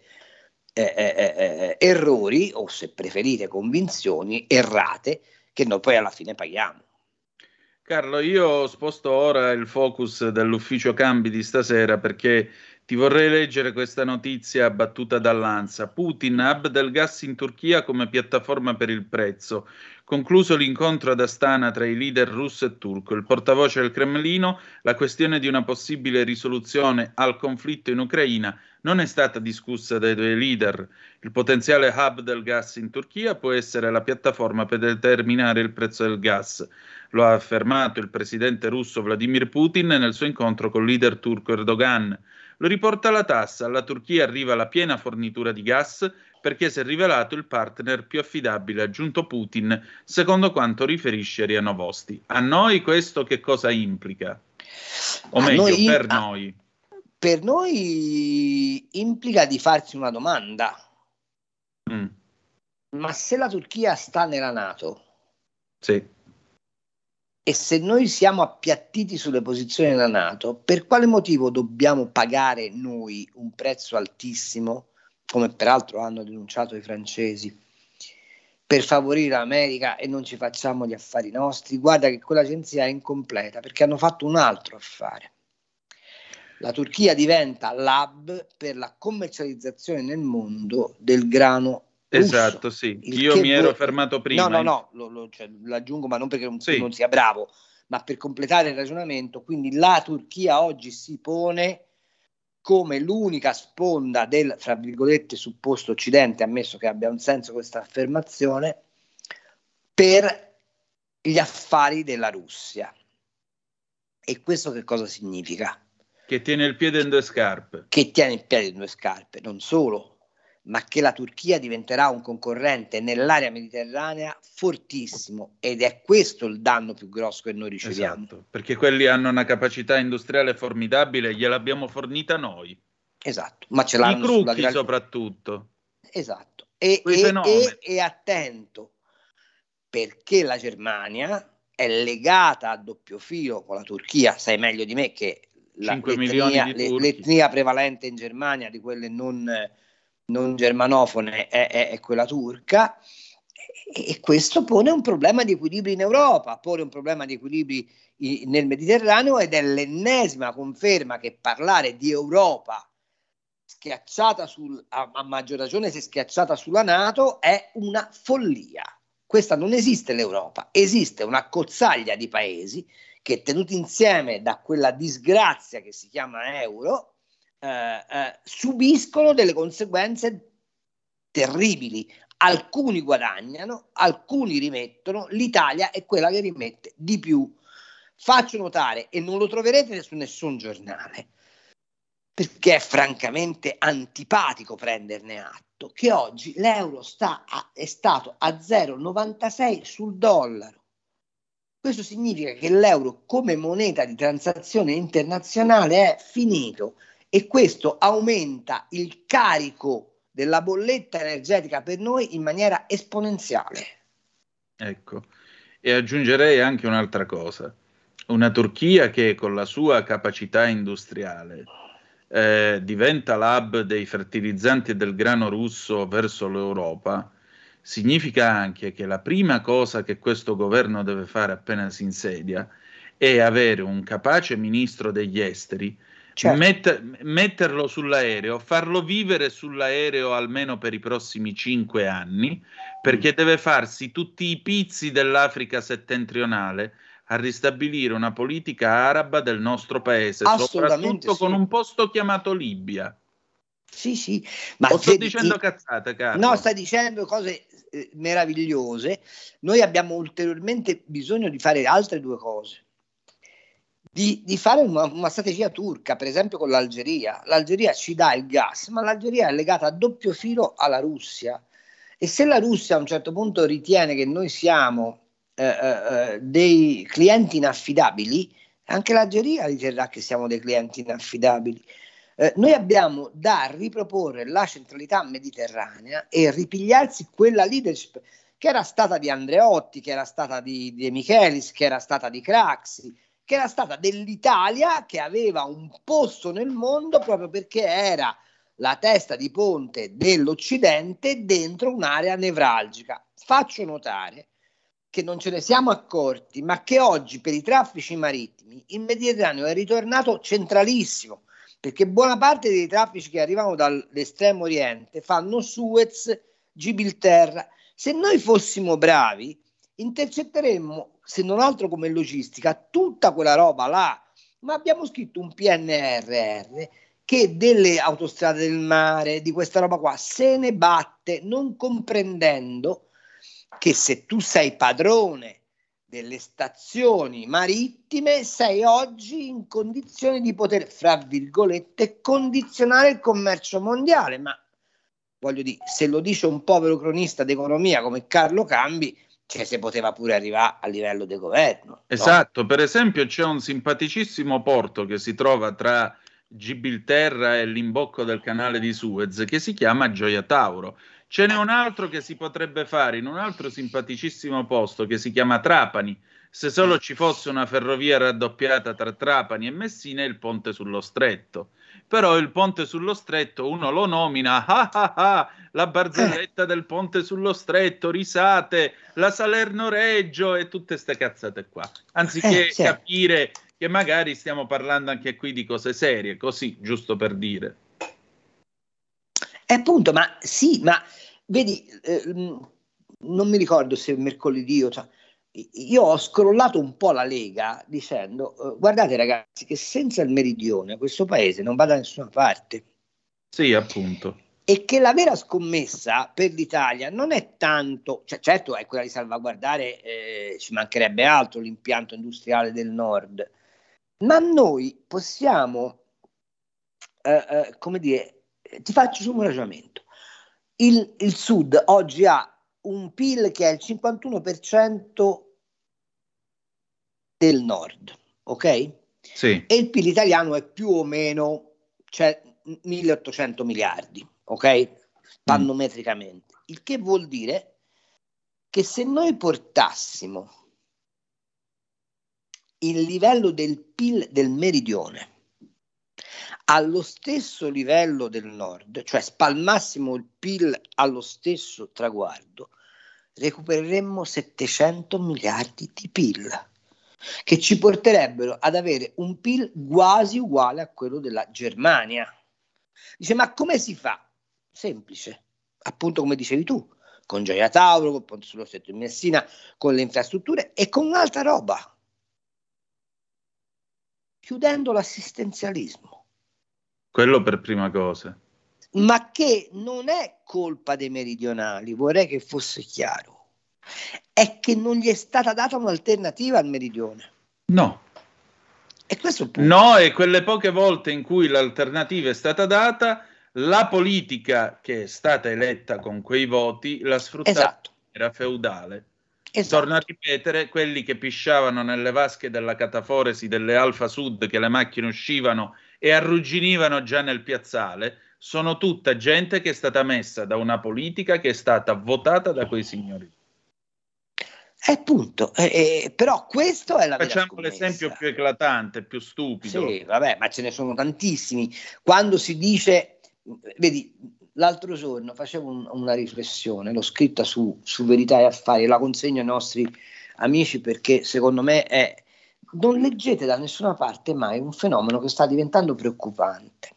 errori, o se preferite convinzioni errate, che noi poi alla fine paghiamo. Carlo, io sposto ora il focus dell'ufficio cambi di stasera, perché ti vorrei leggere questa notizia battuta dall'ANSA. Putin, hub del gas in Turchia come piattaforma per il prezzo. Concluso l'incontro ad Astana tra i leader russo e turco. Il portavoce del Cremlino, la questione di una possibile risoluzione al conflitto in Ucraina non è stata discussa dai due leader. Il potenziale hub del gas in Turchia può essere la piattaforma per determinare il prezzo del gas. Lo ha affermato il presidente russo Vladimir Putin nel suo incontro col leader turco Erdogan. Lo riporta la Tassa, alla Turchia arriva la piena fornitura di gas perché si è rivelato il partner più affidabile, ha aggiunto Putin, secondo quanto riferisce Ria Novosti. A noi questo che cosa implica? O meglio, per noi? Per noi implica di farsi una domanda. Ma se la Turchia sta nella NATO, Sì. E se noi siamo appiattiti sulle posizioni della NATO, per quale motivo dobbiamo pagare noi un prezzo altissimo, come peraltro hanno denunciato i francesi, per favorire l'America e non ci facciamo gli affari nostri? Guarda che quell'agenzia è incompleta perché hanno fatto un altro affare. La Turchia diventa l'hub per la commercializzazione nel mondo del grano russo. Esatto, sì. Io mi ero fermato prima. No, l'aggiungo, ma non perché non sia bravo, ma per completare il ragionamento. Quindi la Turchia oggi si pone come l'unica sponda del, fra virgolette, supposto Occidente, ammesso che abbia un senso questa affermazione, per gli affari della Russia. E questo che cosa significa? Che tiene il piede in due scarpe. Che tiene il piede in due scarpe, non solo, ma che la Turchia diventerà un concorrente nell'area mediterranea fortissimo, ed è questo il danno più grosso che noi riceviamo. Esatto, perché quelli hanno una capacità industriale formidabile, gliel'abbiamo fornita noi. Esatto, ma ce l'hanno i crocchi soprattutto. Esatto, e attento, perché la Germania è legata a doppio filo con la Turchia, sai meglio di me che l'etnia prevalente in Germania di quelle non germanofone è quella turca, e questo pone un problema di equilibri in Europa, pone un problema di equilibri nel Mediterraneo, ed è l'ennesima conferma che parlare di Europa schiacciata a maggior ragione se schiacciata sulla NATO è una follia. Questa non esiste l'Europa, esiste una cozzaglia di paesi che, tenuti insieme da quella disgrazia che si chiama euro, subiscono delle conseguenze terribili. Alcuni guadagnano, alcuni rimettono, l'Italia è quella che rimette di più. Faccio notare, e non lo troverete su nessun giornale, perché è francamente antipatico prenderne atto, che oggi l'euro è stato a 0,96 sul dollaro. Questo significa che l'euro come moneta di transazione internazionale è finito, e questo aumenta il carico della bolletta energetica per noi in maniera esponenziale. Ecco, e aggiungerei anche un'altra cosa. Una Turchia che con la sua capacità industriale diventa l'hub dei fertilizzanti e del grano russo verso l'Europa, significa anche che la prima cosa che questo governo deve fare appena si insedia è avere un capace ministro degli esteri, certo, metterlo sull'aereo, farlo vivere sull'aereo almeno per i prossimi 5 anni, perché deve farsi tutti i pizzi dell'Africa settentrionale a ristabilire una politica araba del nostro paese, soprattutto con un posto chiamato Libia. Sì, ma sto dicendo cazzate, Carlo? No, stai dicendo cose meravigliose. Noi abbiamo ulteriormente bisogno di fare altre due cose. Di fare una strategia turca, per esempio con l'Algeria. L'Algeria ci dà il gas, ma l'Algeria è legata a doppio filo alla Russia, e se la Russia a un certo punto ritiene che noi siamo dei clienti inaffidabili, anche l'Algeria riterrà che siamo dei clienti inaffidabili. Noi abbiamo da riproporre la centralità mediterranea e ripigliarsi quella leadership che era stata di Andreotti, che era stata di De Michelis, che era stata di Craxi, che era stata dell'Italia, che aveva un posto nel mondo proprio perché era la testa di ponte dell'Occidente dentro un'area nevralgica. Faccio notare che non ce ne siamo accorti, ma che oggi per i traffici marittimi il Mediterraneo è ritornato centralissimo, perché buona parte dei traffici che arrivano dall'estremo oriente fanno Suez, Gibilterra. Se noi fossimo bravi, intercetteremmo, se non altro come logistica, tutta quella roba là, ma abbiamo scritto un PNRR che delle autostrade del mare, di questa roba qua, se ne batte, non comprendendo che se tu sei padrone delle stazioni marittime sei oggi in condizione di poter, fra virgolette, condizionare il commercio mondiale. Ma voglio dire, se lo dice un povero cronista d'economia come Carlo Cambi, cioè se poteva pure arrivare a livello di governo. Esatto, no? Per esempio c'è un simpaticissimo porto che si trova tra Gibilterra e l'imbocco del canale di Suez, che si chiama Gioia Tauro. Ce n'è un altro che si potrebbe fare in un altro simpaticissimo posto che si chiama Trapani. Se solo ci fosse una ferrovia raddoppiata tra Trapani e Messina, il ponte sullo Stretto. Però il ponte sullo Stretto uno lo nomina la barzelletta del ponte sullo Stretto, risate, la Salerno-Reggio e tutte ste cazzate qua. Anziché capire che magari stiamo parlando anche qui di cose serie, così, giusto per dire. Appunto, ma sì, ma vedi, non mi ricordo se mercoledì o... Io ho scrollato un po' la Lega dicendo guardate ragazzi che senza il meridione questo paese non va da nessuna parte. Sì, appunto. E che la vera scommessa per l'Italia non è tanto, cioè, certo è quella di salvaguardare, ci mancherebbe altro, l'impianto industriale del nord, ma noi possiamo, come dire, ti faccio solo un ragionamento. Il sud oggi ha un PIL che è il 51% del nord, ok? Sì. E il PIL italiano è più o meno, cioè 1.800 miliardi, ok? Pannometricamente. Il che vuol dire che se noi portassimo il livello del PIL del meridione allo stesso livello del nord, cioè spalmassimo il PIL allo stesso traguardo, recupereremmo 700 miliardi di PIL, che ci porterebbero ad avere un PIL quasi uguale a quello della Germania. Dice, ma come si fa? Semplice, appunto come dicevi tu, con Gioia Tauro, con Ponte sullo Stretto di Messina, con le infrastrutture e con un'altra roba, chiudendo l'assistenzialismo. Quello per prima cosa. Ma che non è colpa dei meridionali, vorrei che fosse chiaro, è che non gli è stata data un'alternativa al meridione. No. E questo è il punto. No, e quelle poche volte in cui l'alternativa è stata data, la politica che è stata eletta con quei voti l'ha sfruttata in maniera feudale. Torno a ripetere, quelli che pisciavano nelle vasche della cataforesi delle Alfa Sud, che le macchine uscivano e arrugginivano già nel piazzale, sono tutta gente che è stata messa da una politica che è stata votata da quei signori. Appunto, però questo è la vera Facciamo scommessa. l'esempio più eclatante, più stupido. Sì, vabbè, ma ce ne sono tantissimi. Quando si dice, vedi, l'altro giorno facevo una riflessione, l'ho scritta su Verità e Affari, la consegno ai nostri amici perché secondo me è... Non leggete da nessuna parte mai un fenomeno che sta diventando preoccupante.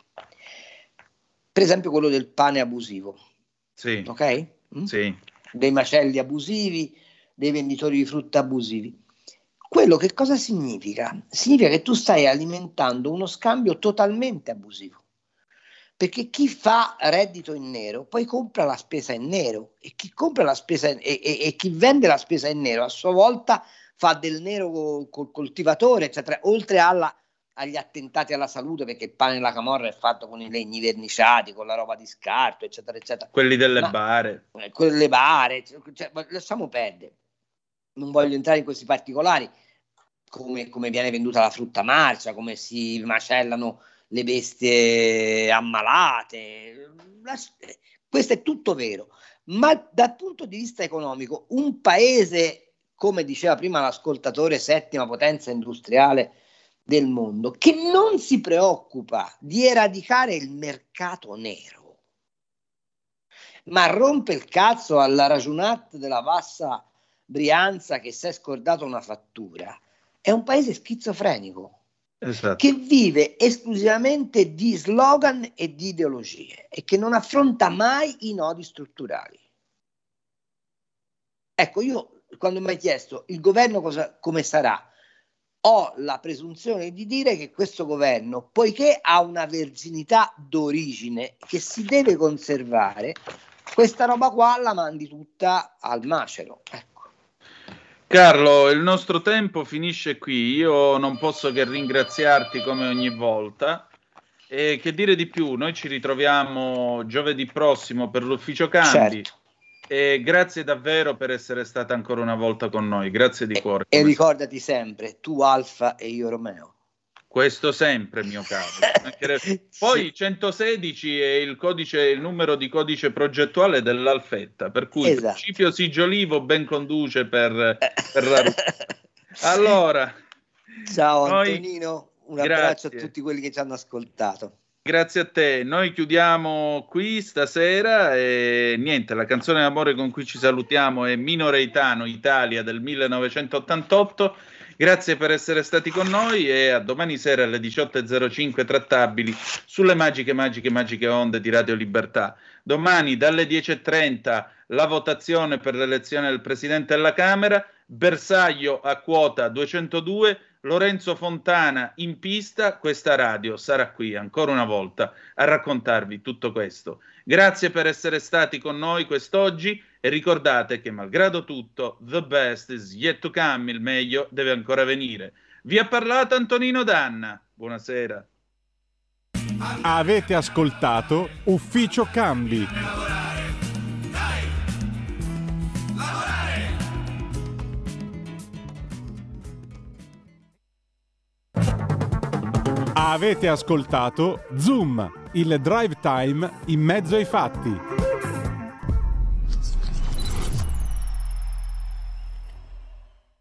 Per esempio quello del pane abusivo. Sì. Ok? Sì. Dei macelli abusivi, dei venditori di frutta abusivi. Quello che cosa significa? Significa che tu stai alimentando uno scambio totalmente abusivo. Perché chi fa reddito in nero poi compra la spesa in nero e chi compra la spesa e chi vende la spesa in nero a sua volta fa del nero col coltivatore, eccetera, oltre agli attentati alla salute, perché il pane della camorra è fatto con i legni verniciati, con la roba di scarto, eccetera, eccetera. Quelli delle bare. Quelle bare, cioè, lasciamo perdere. Non voglio entrare in questi particolari, come viene venduta la frutta marcia, come si macellano le bestie ammalate. Questo è tutto vero. Ma dal punto di vista economico, un paese... come diceva prima l'ascoltatore, settima potenza industriale del mondo, che non si preoccupa di eradicare il mercato nero, ma rompe il cazzo alla ragionat della Bassa Brianza che si è scordato una fattura, è un paese schizofrenico. Esatto. Che vive esclusivamente di slogan e di ideologie e che non affronta mai i nodi strutturali. Ecco, io quando mi hai chiesto il governo come sarà, ho la presunzione di dire che questo governo, poiché ha una verginità d'origine che si deve conservare, questa roba qua la mandi tutta al macero. Ecco. Carlo, il nostro tempo finisce qui, io non posso che ringraziarti come ogni volta e che dire di più, noi ci ritroviamo giovedì prossimo per l'Ufficio Cambi. Certo. E grazie davvero per essere stata ancora una volta con noi, grazie di cuore. E ricordati sempre, tu Alfa e io Romeo. Questo sempre, mio caro. Poi 116 è il numero di codice progettuale dell'Alfetta, per cui il principio Sigiolivo ben conduce per la Allora, ciao Antonino, un abbraccio a tutti quelli che ci hanno ascoltato. Grazie a te, noi chiudiamo qui stasera e niente, la canzone d'amore con cui ci salutiamo è Minoreitano, Italia del 1988. Grazie per essere stati con noi e a domani sera alle 18.05 trattabili sulle magiche onde di Radio Libertà. Domani dalle 10.30 la votazione per l'elezione del Presidente della Camera, bersaglio a quota 202, Lorenzo Fontana in pista, questa radio sarà qui ancora una volta a raccontarvi tutto questo. Grazie per essere stati con noi quest'oggi e ricordate che malgrado tutto, the best is yet to come, il meglio deve ancora venire. Vi ha parlato Antonino Danna, buonasera. Avete ascoltato Ufficio Cambi. Avete ascoltato Zoom, il drive time in mezzo ai fatti.